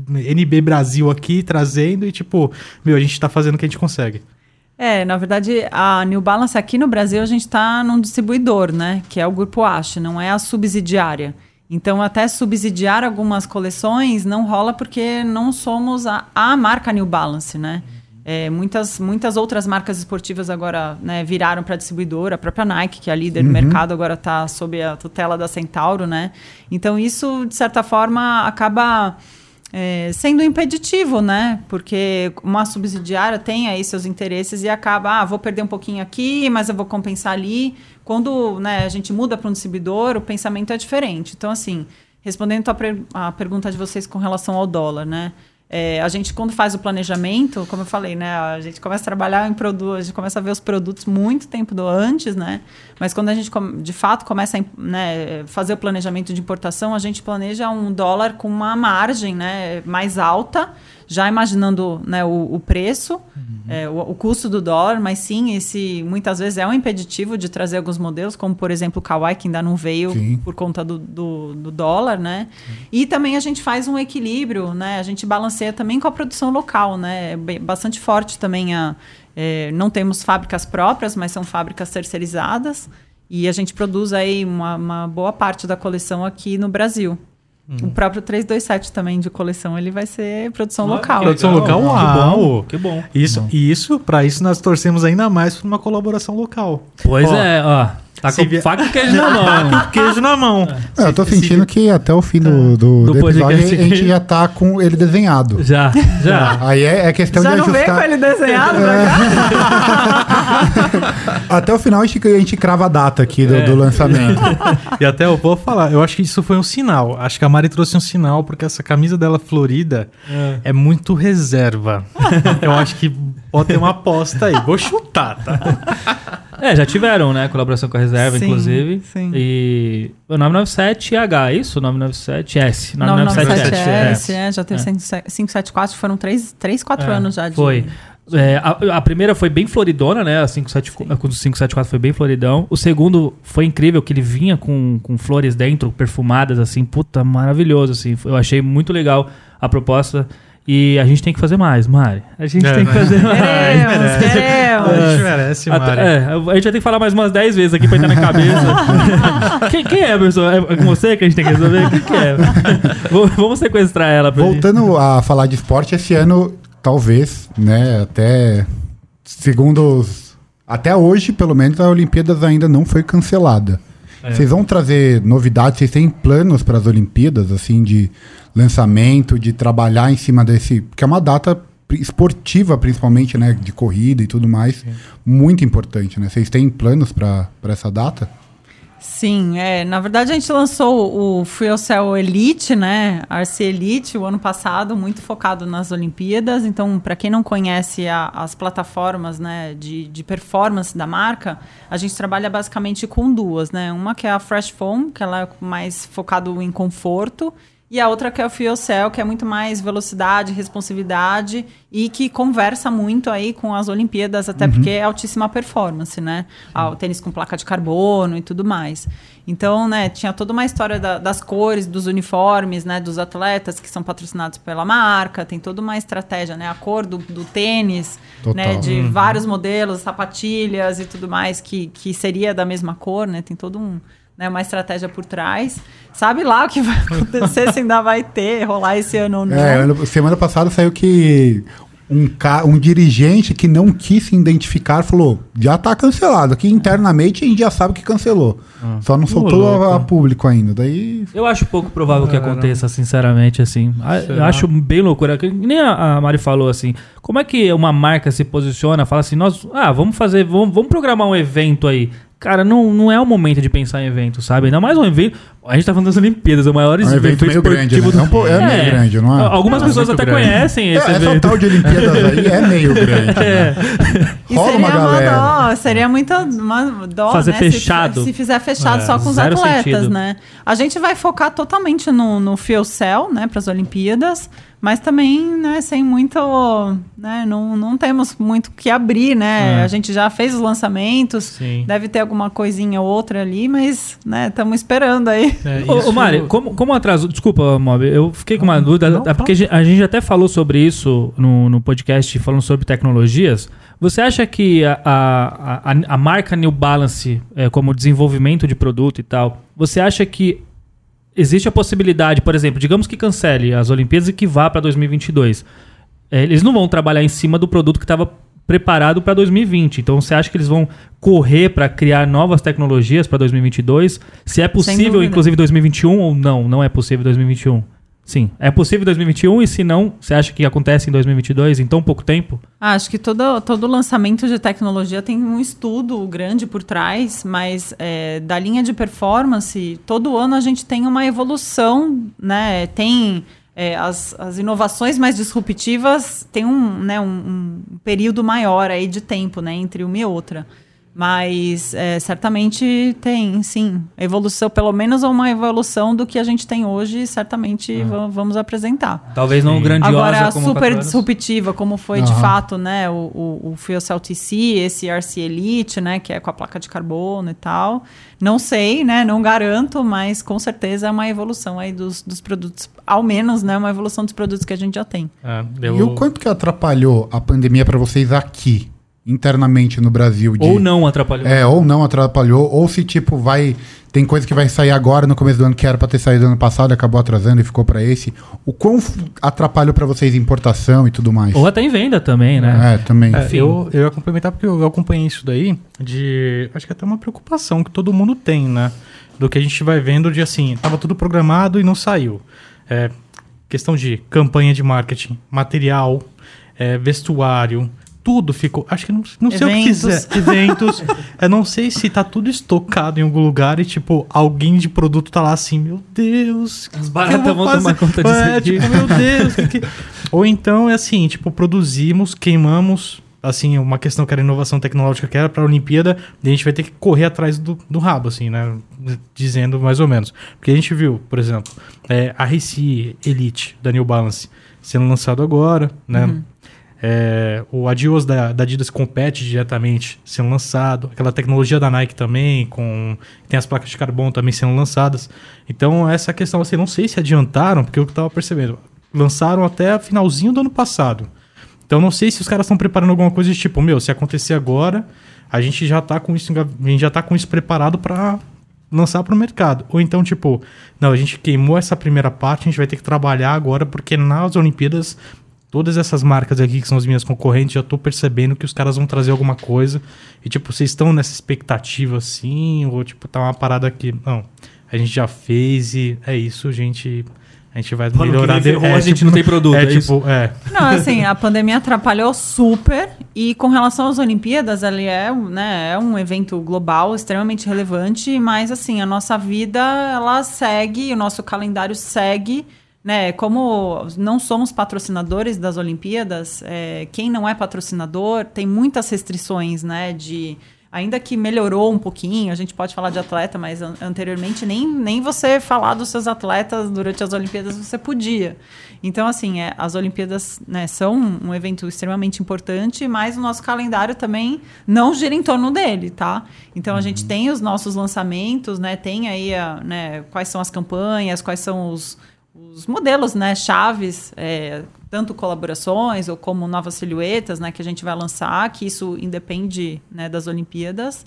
N B Brasil aqui, trazendo, e tipo, meu, a gente tá fazendo o que a gente consegue. É, na verdade, a New Balance aqui no Brasil, a gente está num distribuidor, né? Que é o Grupo Ache, não é a subsidiária. Então, até subsidiar algumas coleções não rola porque não somos a, a marca New Balance, né? É, muitas, muitas outras marcas esportivas agora, né, viraram para distribuidora, a própria Nike, que é a líder uhum. do mercado, agora está sob a tutela da Centauro, né? Então, isso, de certa forma, acaba... É, sendo impeditivo, né? Porque uma subsidiária tem aí seus interesses e acaba, ah, vou perder um pouquinho aqui, mas eu vou compensar ali. Quando, né, a gente muda para um distribuidor, o pensamento é diferente. Então, assim, respondendo a, pre- a pergunta de vocês com relação ao dólar, né? É, a gente, quando faz o planejamento, como eu falei, né, a gente começa a trabalhar em produtos, a gente começa a ver os produtos muito tempo do antes, né? Mas quando a gente, de fato, começa a, né, fazer o planejamento de importação, a gente planeja um dólar com uma margem, né, mais alta, já imaginando, né, o, o preço, uhum. é, o, o custo do dólar, mas sim, esse muitas vezes é um impeditivo de trazer alguns modelos, como por exemplo o Kawai, que ainda não veio sim. por conta do, do, do dólar, né? Uhum. E também a gente faz um equilíbrio, né? A gente balanceia também com a produção local, né? É bastante forte também a... É, não temos fábricas próprias, mas são fábricas terceirizadas, e a gente produz aí uma, uma boa parte da coleção aqui no Brasil. Hum. O próprio trezentos e vinte e sete também de coleção, ele vai ser produção ah, local. Produção local, uau! Que bom. Isso, e isso, para isso nós torcemos ainda mais por uma colaboração local. Pois ó, é, ó. Tá com via... faca e queijo na mão. Faca e queijo na mão. É, eu tô sentindo se... que até o fim do, do, do, do episódio a gente já tá com ele desenhado. Já, já. Aí é, é questão já de ajustar. Já não veio com ele desenhado é. pra cá? Até o final a gente, a gente crava a data aqui do, é. do lançamento. E até eu vou falar, eu acho que isso foi um sinal. Acho que a Mari trouxe um sinal, porque essa camisa dela florida é, é muito reserva. Eu acho que pode ter uma aposta aí. Vou chutar, tá? É, já tiveram, né? Colaboração com a reserva, sim, inclusive. Sim. E o nove nove sete H, é isso? nove nove sete S. nove nove sete S, é, já teve é. quinhentos e setenta e quatro, foram três, quatro é, anos já de... Foi. É, a, a primeira foi bem floridona, né? A quinhentos e setenta e quatro foi bem floridão. O segundo foi incrível, que ele vinha com, com flores dentro, perfumadas, assim. Puta, maravilhoso, assim. Eu achei muito legal a proposta. E a gente tem que fazer mais, Mari. A gente é, tem que fazer mais. Queremos, queremos. A gente merece, Mari. É, a gente vai ter que falar mais umas dez vezes aqui pra entrar na cabeça. quem, quem é, pessoal? É com você que a gente tem que resolver? Quem que é? Vamos sequestrar ela. Pra Voltando gente. a falar de esporte, esse ano, talvez, né, até segundo os, até hoje, pelo menos, a Olimpíadas ainda não foi cancelada. É. Vocês vão trazer novidades? Vocês têm planos para as Olimpíadas, assim, de lançamento, de trabalhar em cima desse... Porque é uma data esportiva, principalmente, né? De corrida e tudo mais. Sim. Muito importante, né? Vocês têm planos para essa data? Sim, é, na verdade a gente lançou o Fuel Cell Elite, né, R C Elite, o ano passado, muito focado nas Olimpíadas. Então, para quem não conhece a, as plataformas, né, de, de performance da marca, a gente trabalha basicamente com duas, né, uma que é a Fresh Foam, que ela é mais focado em conforto, e a outra que é o Fuel Cell, que é muito mais velocidade, responsividade e que conversa muito aí com as Olimpíadas, até uhum. porque é altíssima performance, né? Ah, o tênis com placa de carbono e tudo mais. Então, né, tinha toda uma história da, das cores, dos uniformes, né, dos atletas que são patrocinados pela marca, tem toda uma estratégia, né? A cor do, do tênis, né, de uhum. vários modelos, sapatilhas e tudo mais, que, que seria da mesma cor, né? Tem todo um... Né, uma estratégia por trás. Sabe lá o que vai acontecer, se ainda vai ter, rolar esse ano ou não. É, semana passada saiu que um, ca... um dirigente que não quis se identificar falou, já está cancelado. Aqui internamente a gente já sabe que cancelou. Ah, Só não soltou a, a público ainda. Daí... Eu acho pouco provável que aconteça, sinceramente, assim. Eu acho bem loucura. Nem a Mari falou assim, como é que uma marca se posiciona, fala assim, nós, ah, vamos fazer, vamos, vamos programar um evento aí. Cara, não, não é o momento de pensar em evento, sabe? Ainda mais um evento... A gente tá falando das Olimpíadas, é o maior é um evento meio grande, né? do... É, é meio é. grande, não é? Algumas é pessoas até grande. conhecem esse é, evento. Essa tal de Olimpíadas aí é meio grande, é. né? Rola uma galera. Dó, seria muito uma dó, Fazer né? fechado. Se, se fizer fechado é, só com os atletas, sentido. né? A gente vai focar totalmente no, no Fuel Cell, né? Para as Olimpíadas, mas também, né? Sem muito... Né, não, não temos muito o que abrir, né? É. A gente já fez os lançamentos, Sim. deve ter alguma coisinha ou outra ali, mas, né? Estamos esperando aí. É, ô, ô, Mari, como, como atraso... Desculpa, Mob, eu fiquei com uma dúvida, não, porque não. a gente até falou sobre isso no, no podcast, falando sobre tecnologias. Você acha que a, a, a, a marca New Balance, é, como desenvolvimento de produto e tal, você acha que existe a possibilidade, por exemplo, digamos que cancele as Olimpíadas e que vá para dois mil e vinte e dois. É, eles não vão trabalhar em cima do produto que estava preparado para dois mil e vinte. Então, você acha que eles vão correr para criar novas tecnologias para dois mil e vinte e dois? Se é possível, inclusive, dois mil e vinte e um ou não? Não é possível dois mil e vinte e um? Sim. É possível dois mil e vinte e um e se não, você acha que acontece em dois mil e vinte e dois em tão pouco tempo? Ah, acho que todo, todo lançamento de tecnologia tem um estudo grande por trás, mas é, da linha de performance, todo ano a gente tem uma evolução, né? Tem... É, as, as inovações mais disruptivas têm um, né, um, um período maior aí de tempo, né, entre uma e outra. Mas é, certamente tem, sim, evolução, pelo menos uma evolução do que a gente tem hoje, certamente uhum. vamos apresentar. Talvez não grandiosa Agora, como super disruptiva, como foi uhum. de fato, né, o, o, o Fuel Cell T C, esse R C Elite, né, que é com a placa de carbono e tal. Não sei, né, não garanto, mas com certeza é uma evolução aí dos, dos produtos, ao menos, né, uma evolução dos produtos que a gente já tem. É, eu... E o quanto que atrapalhou a pandemia para vocês aqui? Internamente no Brasil. De, ou não atrapalhou. É, ou não atrapalhou, ou se tipo vai... Tem coisa que vai sair agora no começo do ano que era para ter saído ano passado, acabou atrasando e ficou para esse. O quão atrapalhou para vocês importação e tudo mais? Ou até em venda também, né? É, também. É, eu, eu ia complementar porque eu acompanhei isso daí de... Acho que até uma preocupação que todo mundo tem, né? Do que a gente vai vendo de assim, tava tudo programado e não saiu. É, questão de campanha de marketing, material, é, vestuário... Tudo ficou... Acho que não, não sei Eventos. o que quiser. Eventos. Eu não sei se tá tudo estocado em algum lugar e, tipo, alguém de produto tá lá assim, meu Deus... As baratas vão tomar conta disso é, aqui. Tipo, meu Deus... que que... Ou então é assim, tipo, produzimos, queimamos... Assim, uma questão que era inovação tecnológica, que era pra Olimpíada, e a gente vai ter que correr atrás do, do rabo, assim, né? Dizendo mais ou menos. Porque a gente viu, por exemplo, é, a R C Elite da New Balance sendo lançado agora, né? Uhum. É, o Adios da, da Adidas compete diretamente sendo lançado, aquela tecnologia da Nike também, com tem as placas de carbono também sendo lançadas. Então essa questão, assim, não sei se adiantaram, porque eu estava percebendo, lançaram até finalzinho do ano passado. Então não sei se os caras estão preparando alguma coisa de tipo, meu, se acontecer agora, a gente já está com isso, a gente já tá com isso preparado para lançar para o mercado. Ou então, tipo, não, a gente queimou essa primeira parte, a gente vai ter que trabalhar agora, porque nas Olimpíadas todas essas marcas aqui que são as minhas concorrentes, já tô percebendo que os caras vão trazer alguma coisa. E, tipo, vocês estão nessa expectativa, assim? Ou, tipo, tá uma parada aqui... Não, a gente já fez e é isso, gente... A gente vai melhorar... De... É, a gente tipo, não tem produto, é, é tipo, isso? É. Não, assim, a pandemia atrapalhou super. E com relação às Olimpíadas, ali é, né, é um evento global extremamente relevante. Mas, assim, a nossa vida, ela segue, o nosso calendário segue... Né, como não somos patrocinadores das Olimpíadas, é, quem não é patrocinador tem muitas restrições, né, de, ainda que melhorou um pouquinho, a gente pode falar de atleta, mas an- anteriormente nem, nem você falar dos seus atletas durante as Olimpíadas você podia. Então, assim, é, as Olimpíadas, né, são um evento extremamente importante, mas o nosso calendário também não gira em torno dele, tá? Então, a gente tem os nossos lançamentos, né, tem aí a, né, quais são as campanhas, quais são os os modelos, né, chaves, é, tanto colaborações ou como novas silhuetas, né, que a gente vai lançar, que isso independe, né, das Olimpíadas.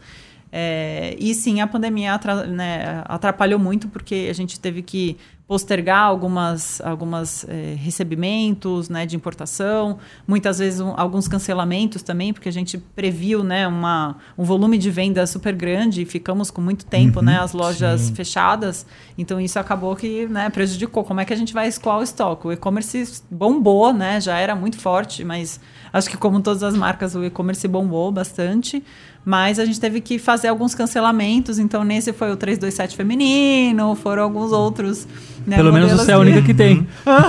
É, e sim, a pandemia atra, né, atrapalhou muito porque a gente teve que postergar algumas, algumas é, recebimentos, né, de importação, muitas vezes um, alguns cancelamentos também, porque a gente previu, né, uma, um volume de venda super grande e ficamos com muito tempo, uhum, né, as lojas sim. fechadas, então isso acabou que, né, prejudicou. Como é que a gente vai escoar o estoque? O e-commerce bombou, né, já era muito forte, mas acho que como todas as marcas o e-commerce bombou bastante, mas a gente teve que fazer alguns cancelamentos, então nesse foi o três dois sete feminino, foram alguns outros, né, pelo menos você é a única que tem.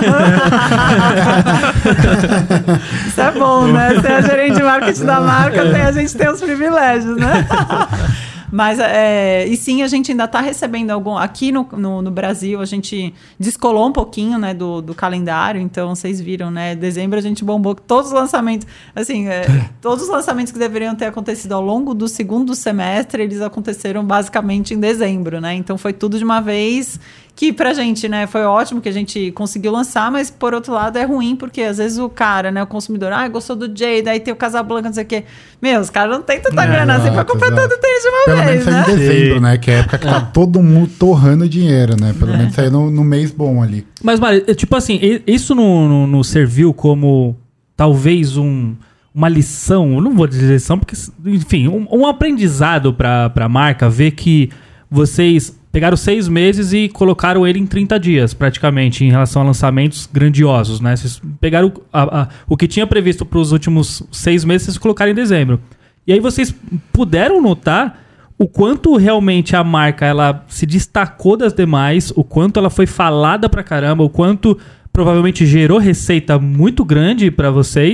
Isso é bom, né? Ser a gerente de marketing da marca, tem, a gente tem os privilégios, né? Mas, é, e sim, a gente ainda está recebendo algum... Aqui no, no, no Brasil, a gente descolou um pouquinho, né, do, do calendário. Então, vocês viram, né? Dezembro a gente bombou todos os lançamentos... Assim, é, todos os lançamentos que deveriam ter acontecido ao longo do segundo semestre, eles aconteceram basicamente em dezembro, né? Então, foi tudo de uma vez... Que pra gente, né, foi ótimo que a gente conseguiu lançar, mas por outro lado é ruim, porque às vezes o cara, né, o consumidor, ah, gostou do Jade, aí tem o Casablanca, não sei o quê. Meu, os caras não tem tanta é, grana assim pra comprar exato. Todo o tênis de uma Pelo vez, menos né? Pelo menos em dezembro, né, que é a época que tá todo mundo torrando dinheiro, né, pelo é. menos saiu no, no mês bom ali. Mas, Mari, tipo assim, isso não, não, não serviu como talvez um... uma lição, eu não vou dizer lição, porque, enfim, um, um aprendizado pra, pra marca, ver que vocês pegaram seis meses e colocaram ele em trinta dias, praticamente, em relação a lançamentos grandiosos, né? Vocês pegaram a, a, o que tinha previsto para os últimos seis meses, vocês colocaram em dezembro. E aí vocês puderam notar o quanto realmente a marca ela se destacou das demais, o quanto ela foi falada pra caramba, o quanto provavelmente gerou receita muito grande para vocês,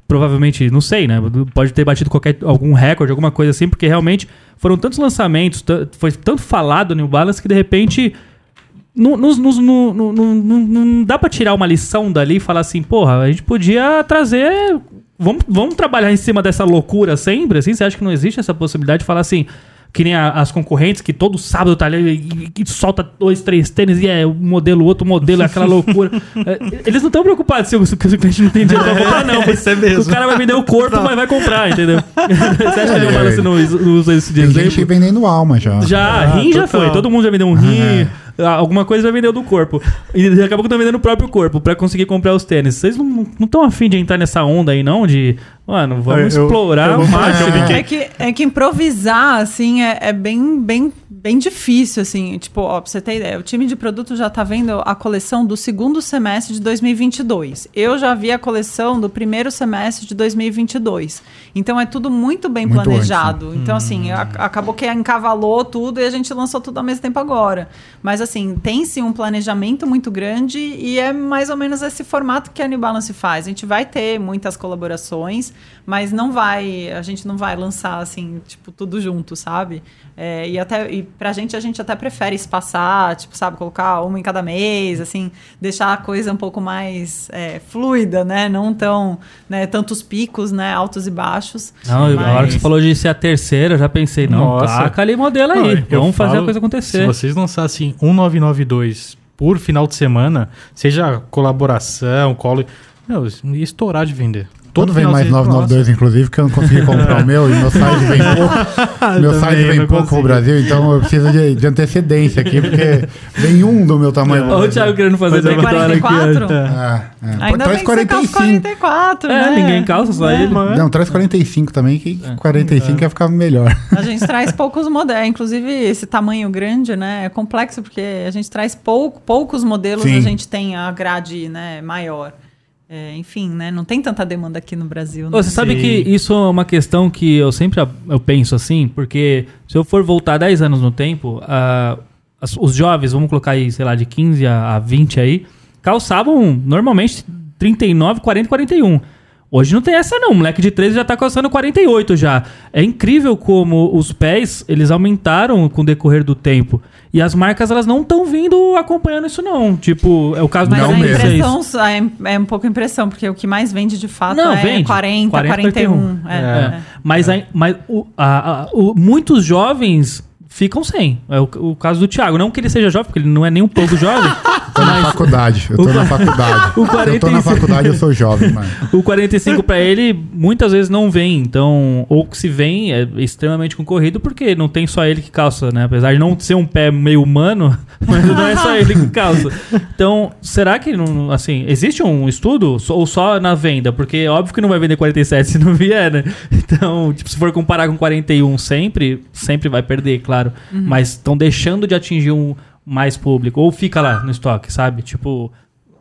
provavelmente, não sei, né? Pode ter batido qualquer, algum recorde, alguma coisa assim, porque realmente foram tantos lançamentos, t- foi tanto falado no New Balance que de repente não, não, não, não, não, não dá pra tirar uma lição dali e falar assim, porra, a gente podia trazer... Vamos, vamos trabalhar em cima dessa loucura sempre, assim? Você acha que não existe essa possibilidade de falar assim... Que nem a, as concorrentes, que todo sábado tá ali e, e solta dois, três tênis e é um modelo, outro modelo, é aquela loucura. Eles não estão preocupados se o, se o cliente não tem dinheiro pra comprar, não. Isso é mesmo. O cara vai vender o corpo, não. Mas vai comprar, entendeu? Você acha que ele fala assim, não usa esse dinheiro? Tem gente vendendo alma já. Já, ah, rim total. Já foi. Todo mundo já vendeu um rim. Ah, é. Alguma coisa já vendeu do corpo. E acabou que estão vendendo o próprio corpo pra conseguir comprar os tênis. Vocês não estão afim de entrar nessa onda aí, não? De, mano, vamos eu, explorar o máximo. É que, é que improvisar, assim, é, é bem, bem, bem difícil, assim. Tipo, ó, pra você ter ideia, o time de produto já tá vendo a coleção do segundo semestre de dois mil e vinte e dois. Eu já vi a coleção do primeiro semestre de dois mil e vinte e dois. Então, é tudo muito bem muito planejado. Antes. Então, hum. assim, a, acabou que encavalou tudo e a gente lançou tudo ao mesmo tempo agora. Mas, assim, tem sim um planejamento muito grande e é mais ou menos esse formato que a New Balance faz. A gente vai ter muitas colaborações, mas não vai, a gente não vai lançar, assim, tipo, tudo junto, sabe? É, e, até, e pra gente, a gente até prefere espaçar, tipo, sabe, colocar uma em cada mês, assim, deixar a coisa um pouco mais é, fluida, né? Não tão, né, tantos picos, né, altos e baixos. Não, mas... a hora que você falou de ser a terceira, eu já pensei, não, Nossa. taca ali modelo aí, não, vamos fazer a coisa acontecer. Se vocês lançassem um nove nove dois por final de semana, seja colaboração, colo... Meu, ia estourar de vender. Todo vem mais novecentos e noventa e dois, inclusive, que eu não consegui comprar o meu e meu site vem pouco. Meu site vem pouco pro Brasil, então eu preciso de, de antecedência aqui, porque vem um do meu tamanho. Olha o Thiago querendo fazer a quarenta e quatro? Aqui. É, é. Ainda traz quarenta e cinco. quarenta e quatro, é, né? Ninguém calça, só é. ele. Não, traz quarenta e cinco também, que é. quarenta e cinco é. ia ficar melhor. A gente traz poucos modelos, inclusive esse tamanho grande, né? É complexo, porque a gente traz pouco, poucos modelos, Sim. a gente tem a grade, né, maior. É, enfim, né? Não tem tanta demanda aqui no Brasil. Né? Você sabe Sim. que isso é uma questão que eu sempre eu penso assim, porque se eu for voltar dez anos no tempo, uh, as, os jovens, vamos colocar aí, sei lá, de quinze a vinte aí, calçavam normalmente trinta e nove, quarenta, quarenta e um. Hoje não tem essa não, o moleque de treze já tá calçando quarenta e oito já. É incrível como os pés, eles aumentaram com o decorrer do tempo. E as marcas, elas não estão vindo acompanhando isso não. Tipo, é o caso do Mas a impressão é, é um pouco impressão, porque o que mais vende de fato não, é vende. quarenta, quarenta e um. É, é. É. Mas, a, mas o, a, a, o, muitos jovens ficam sem. É o, o caso do Thiago. Não que ele seja jovem, porque ele não é nem um pouco jovem. Tô na faculdade, eu tô o, na faculdade. O quarenta e cinco, eu tô na faculdade, eu sou jovem, mano. O quarenta e cinco pra ele, muitas vezes não vem, então, ou que se vem, é extremamente concorrido, porque não tem só ele que calça, né? Apesar de não ser um pé meio humano, mas não é só ele que calça. Então, será que, não, assim, existe um estudo, ou só na venda? Porque é óbvio que não vai vender quarenta e sete se não vier, né? Então, tipo, se for comparar com quarenta e um sempre, sempre vai perder, claro. Uhum. Mas estão deixando de atingir um mais público, ou fica lá no estoque, sabe? Tipo,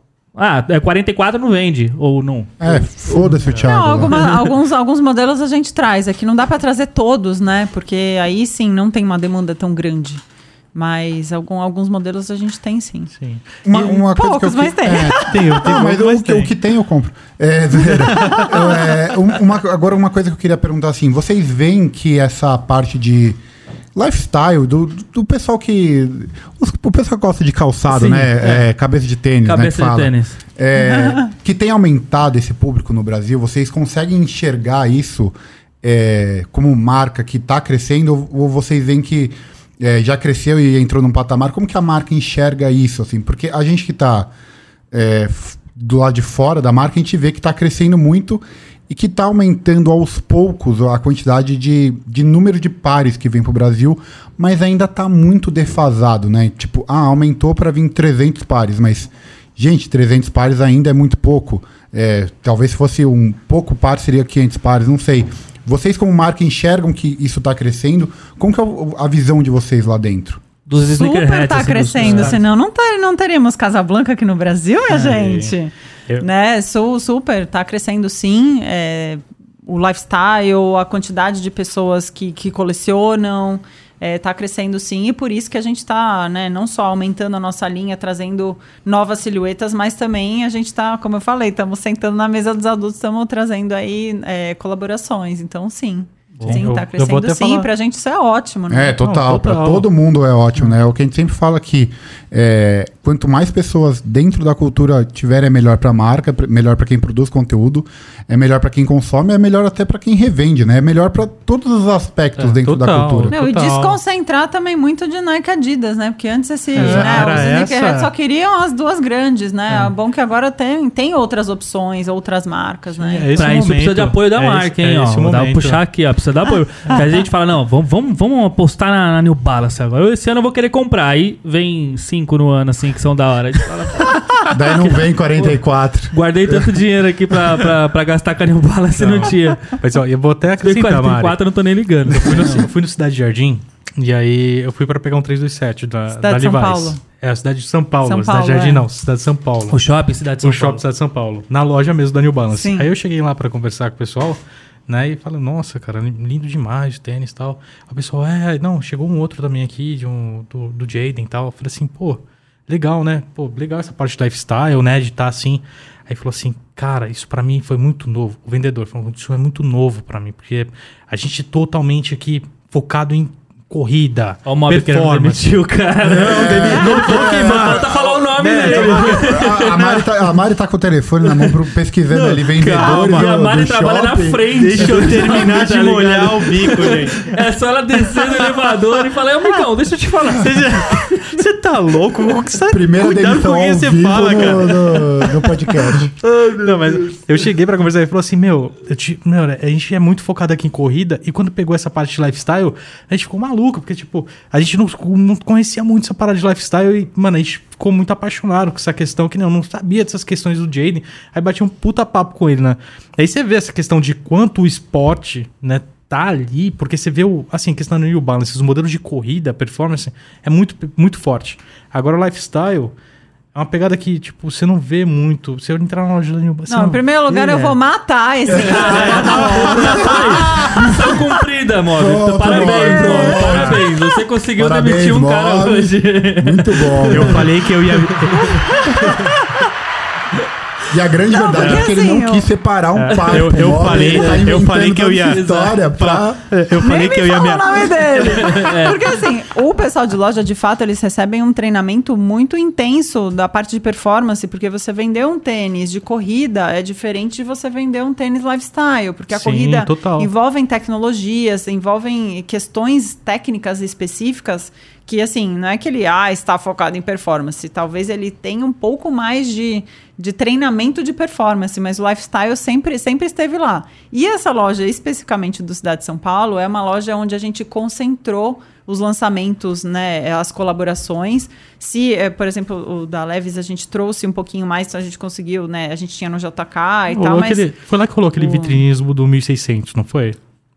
ah, é quarenta e quatro não vende, ou não. É, foda-se o Thiago. Não, alguma, alguns, alguns modelos a gente traz, é que não dá pra trazer todos, né? Porque aí sim não tem uma demanda tão grande. Mas algum, alguns modelos a gente tem sim. sim. Uma, uma Poucos, coisa que eu, mas tem. É, tem, eu tenho, ah, mas eu, tem. O que tem eu compro. É, é, uma, agora uma coisa que eu queria perguntar assim, vocês veem que essa parte de lifestyle do, do pessoal que o pessoal que gosta de calçado, Sim, né? É. É, cabeça de tênis, cabeça né? de fala, tênis. É, que tem aumentado esse público no Brasil. Vocês conseguem enxergar isso é, como marca que está crescendo ou, ou vocês veem que é, já cresceu e entrou num patamar? Como que a marca enxerga isso, assim? Porque a gente que está é, do lado de fora da marca, a gente vê que está crescendo muito e que está aumentando aos poucos a quantidade de, de número de pares que vem para o Brasil, mas ainda está muito defasado, né? Tipo, ah, aumentou para vir trezentos pares, mas, gente, trezentos pares ainda é muito pouco. É, talvez se fosse um pouco par, seria quinhentos pares, não sei. Vocês como marca enxergam que isso está crescendo? Como que é a visão de vocês lá dentro? Dos Super tá assim, crescendo, dos... senão não, ter, não teríamos Casablanca aqui no Brasil, minha é, gente. Eu... Né? Super tá crescendo sim, é, o lifestyle, a quantidade de pessoas que, que colecionam, está é, crescendo sim, e por isso que a gente está, né, não só aumentando a nossa linha, trazendo novas silhuetas, mas também a gente está, como eu falei, estamos sentando na mesa dos adultos, estamos trazendo aí é, colaborações, então sim. Bom, sim, está crescendo sim, falar... pra gente isso é ótimo, né? É, total, para todo mundo é ótimo, né? É o que a gente sempre fala que é, quanto mais pessoas dentro da cultura tiverem, é melhor para a marca, melhor para quem produz conteúdo, é melhor para quem consome, é melhor até para quem revende, né? É melhor para todos os aspectos é, dentro total, da cultura. Não, e desconcentrar também muito de Nike Adidas, né? Porque antes esse, é, né, os sneakerheads só queriam as duas grandes, né? É, é bom que agora tem, tem outras opções, outras marcas, sim, né? É pra isso precisa de apoio da é marca, esse, hein? É ó, dá pra puxar aqui, ó, precisa dar apoio. Porque a gente fala, não, vamos, vamos, vamos apostar na, na New Balance agora. Eu, esse ano eu vou querer comprar. Aí vem cinco no ano, assim, que são da hora. A gente fala, daí não vem quarenta e quatro. Guardei tanto dinheiro aqui pra, pra, pra gastar com a New Balance e não tinha. Mas ó, eu vou até acrescentar, quarenta e quatro eu não tô nem ligando. Eu fui no, eu fui no Cidade Jardim e aí eu fui pra pegar um três dois sete da, cidade da de São Levi's. Paulo. É, a cidade de São Paulo. São Cidade Paulo, de Jardim é. não, cidade de São Paulo. O shopping Cidade de São o Paulo. O shopping Cidade de São Paulo. Na loja mesmo da New Balance. Sim. Aí eu cheguei lá pra conversar com o pessoal, né, e falei, nossa, cara, lindo demais o tênis e tal. A pessoa, é, não, chegou um outro também aqui, de um, do, do Jaden e tal. Eu falei assim, pô, legal, né? Pô, legal essa parte de lifestyle, né, de estar assim. Aí falou assim, cara, isso pra mim foi muito novo. O vendedor falou, isso é muito novo pra mim, porque a gente totalmente aqui focado em corrida, ó, o Mob querendo demitir o cara. Não, demitiu. Não tô queimando. Tá falando o nome é, dele. A, a, Mari tá, a Mari tá com o telefone na mão pesquisando ali vendedores. E a Mari trabalha shopping. na frente. Deixa eu terminar de molhar o bico, gente. É só ela descer no elevador e falar, amigão, deixa eu te falar. Você tá louco? Você Primeira cuidado demissão com quem ao você vivo fala, no, cara. No, no podcast. Não, mas eu cheguei pra conversar e falou assim, meu, eu te, meu, a gente é muito focado aqui em corrida e quando pegou essa parte de lifestyle, a gente ficou maluco, porque, tipo, a gente não, não conhecia muito essa parada de lifestyle e, mano, a gente ficou muito apaixonado com essa questão, que não, não sabia dessas questões do Jaden. Aí bati um puta papo com ele, né? Aí você vê essa questão de quanto o esporte, né, tá ali, porque você vê, o, assim, a questão do New Balance, os modelos de corrida, performance, é muito, muito forte. Agora o lifestyle é uma pegada que, tipo, você não vê muito. Você entrar na loja da New Balance... Não, não, em primeiro lugar é. eu vou matar esse cara. Missão cumprida, Mob. Oh, parabéns, bom, Mob. bom. Parabéns. Você conseguiu Parabéns, demitir um Mob. cara hoje. Muito bom. Eu falei que eu ia... E a grande Não, verdade é que assim, ele não eu... quis separar um papo. Eu, eu Mob, falei, ele tá eu falei que eu inventando ia... toda essa história pra... Eu falei Nem que eu me ia... fala Me... o nome dele. Porque assim, o pessoal de loja, de fato, eles recebem um treinamento muito intenso da parte de performance, porque você vender um tênis de corrida é diferente de você vender um tênis lifestyle, porque a Sim, corrida total. envolve tecnologias, envolvem questões técnicas específicas que, assim, não é que ele ah, está focado em performance, talvez ele tenha um pouco mais de, de treinamento de performance, mas o lifestyle sempre, sempre esteve lá. E essa loja, especificamente do Cidade de São Paulo, é uma loja onde a gente concentrou os lançamentos, né, as colaborações. Se, é, por exemplo, o da Levi's a gente trouxe um pouquinho mais, então a gente conseguiu, né, a gente tinha no J K e Rolou tal, mas... aquele, foi lá que rolou aquele o... vitrinismo do mil e seiscentos, não foi?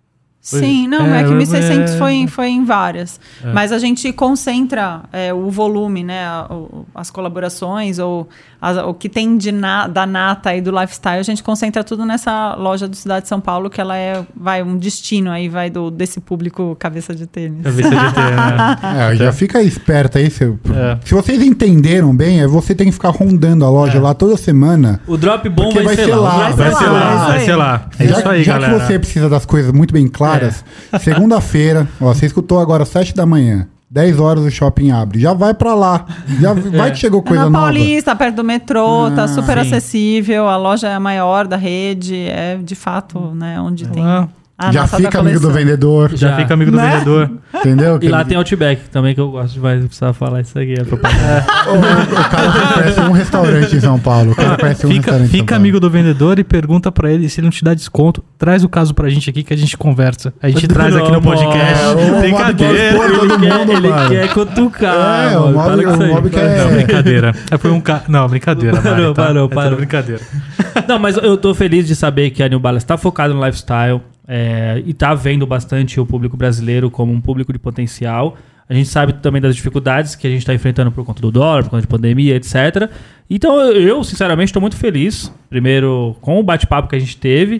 Sim, não, é, é que mil e seiscentos é, foi, em, foi em várias. É. Mas a gente concentra é, o volume, né? A, o, as colaborações ou as, o que tem de na, da nata e do lifestyle, a gente concentra tudo nessa loja do Cidade de São Paulo, que ela é vai, um destino aí, vai do, desse público cabeça de tênis. Cabeça de tênis, né? É, já fica esperta aí. Se, é. se vocês entenderam bem, é você tem que ficar rondando a loja é. lá toda semana. O drop bom vai, vai ser, ser lá. lá. Vai ser lá, vai ser lá. É já, isso aí, já galera. Que você precisa das coisas muito bem claras, É. segunda-feira, ó, você escutou agora às sete da manhã, dez horas o shopping abre. Já vai pra lá. Já vai é. que chegou coisa é na nova. Paulista, perto do metrô, ah, tá super sim. acessível. A loja é a maior da rede. É de fato, né, onde tem... Ah. A já fica amigo do vendedor. Já, já fica amigo do né? vendedor. Entendeu? E lá ele... tem Outback também, que eu gosto de mais precisar falar isso aqui. É pra... é. o, o cara conhece um restaurante em São Paulo. O cara conhece um fica restaurante fica amigo do vendedor e pergunta pra ele se ele não te dá desconto. Traz o caso pra gente aqui que a gente conversa. A gente não, traz aqui no podcast. É, brincadeira. Ele, quer, mundo, ele quer cutucar. É, o Mob, o Mob quer... Não, brincadeira. Foi um ca... Não, brincadeira. Parou, Mari, tá? parou, é parou. Brincadeira. Não, mas eu tô feliz de saber que a New Balance tá focada no lifestyle. É, e tá vendo bastante o público brasileiro como um público de potencial. A gente sabe também das dificuldades que a gente está enfrentando por conta do dólar, por conta de pandemia, etcétera. Então eu, sinceramente, estou muito feliz. Primeiro, com o bate-papo que a gente teve,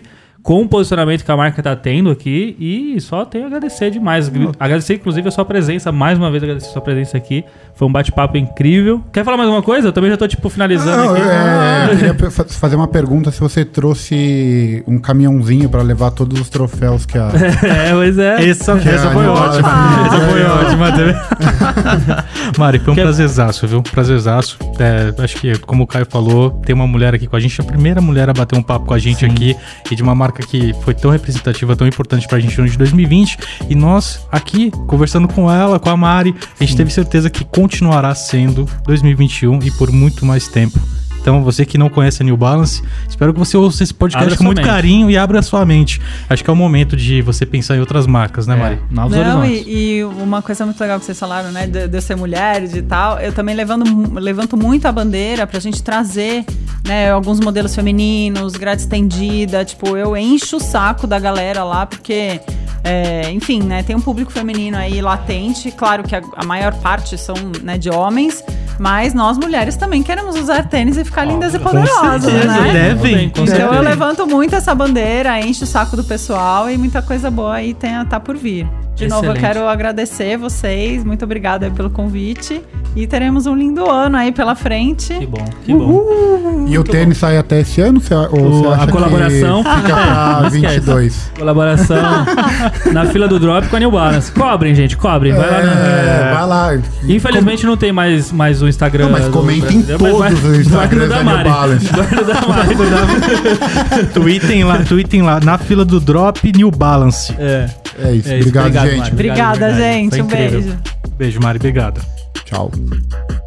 com o posicionamento que a marca tá tendo aqui e só tenho a agradecer demais. Agradecer, inclusive, a sua presença, mais uma vez agradecer a sua presença aqui. Foi um bate-papo incrível. Quer falar mais alguma coisa? Eu também já tô, tipo, finalizando Não, aqui. É, eu queria fazer uma pergunta se você trouxe um caminhãozinho pra levar todos os troféus que a... É, pois é. Essa, essa foi ótima. Ah, essa foi ótima. Mari, foi um Quer... prazerzaço, viu? Prazerzaço. É, acho que, como o Caio falou, tem uma mulher aqui com a gente, a primeira mulher a bater um papo com a gente Sim. aqui, e de uma marca que foi tão representativa, tão importante pra gente no ano de dois mil e vinte, e nós aqui, conversando com ela, com a Mari, a gente Sim. teve certeza que continuará sendo dois mil e vinte e um e por muito mais tempo. Então, você que não conhece a New Balance, espero que você ouça esse podcast abra com muito mente. carinho e abra a sua mente. Acho que é o momento de você pensar em outras marcas, né, é. Mari? Novos não, e, e uma coisa muito legal que vocês falaram, né, de, de ser mulheres e tal, eu também levando, levanto muito a bandeira pra gente trazer, né, alguns modelos femininos, grade estendida, tipo, eu encho o saco da galera lá, porque... É, enfim, né, tem um público feminino aí latente, claro que a, a maior parte são, né, de homens, mas nós mulheres também queremos usar tênis e ficar lindas oh, e poderosas, né? Devem, então certeza. Eu levanto muito essa bandeira, encho o saco do pessoal e muita coisa boa aí tem, tá por vir. De Excelente. novo, eu quero agradecer vocês, muito obrigada aí pelo convite e teremos um lindo ano aí pela frente. Que bom, que bom. E o tênis sai até esse ano? Ou o, você acha a colaboração que fica pra vinte e dois? Colaboração na fila do Drop com a New Balance. Cobrem, gente, cobrem. Vai é, lá. É, vai lá. Infelizmente Com... não tem mais, mais o Instagram. Não, mas comentem todos vai, os Instagrams da New Balance. Vai no da Mari. Tweetem lá, tweetem lá. Na fila do Drop, New Balance. É. É isso. É isso. Obrigado, obrigado, gente. Obrigada, gente. Um beijo. Beijo, Mari. Obrigado. Tchau.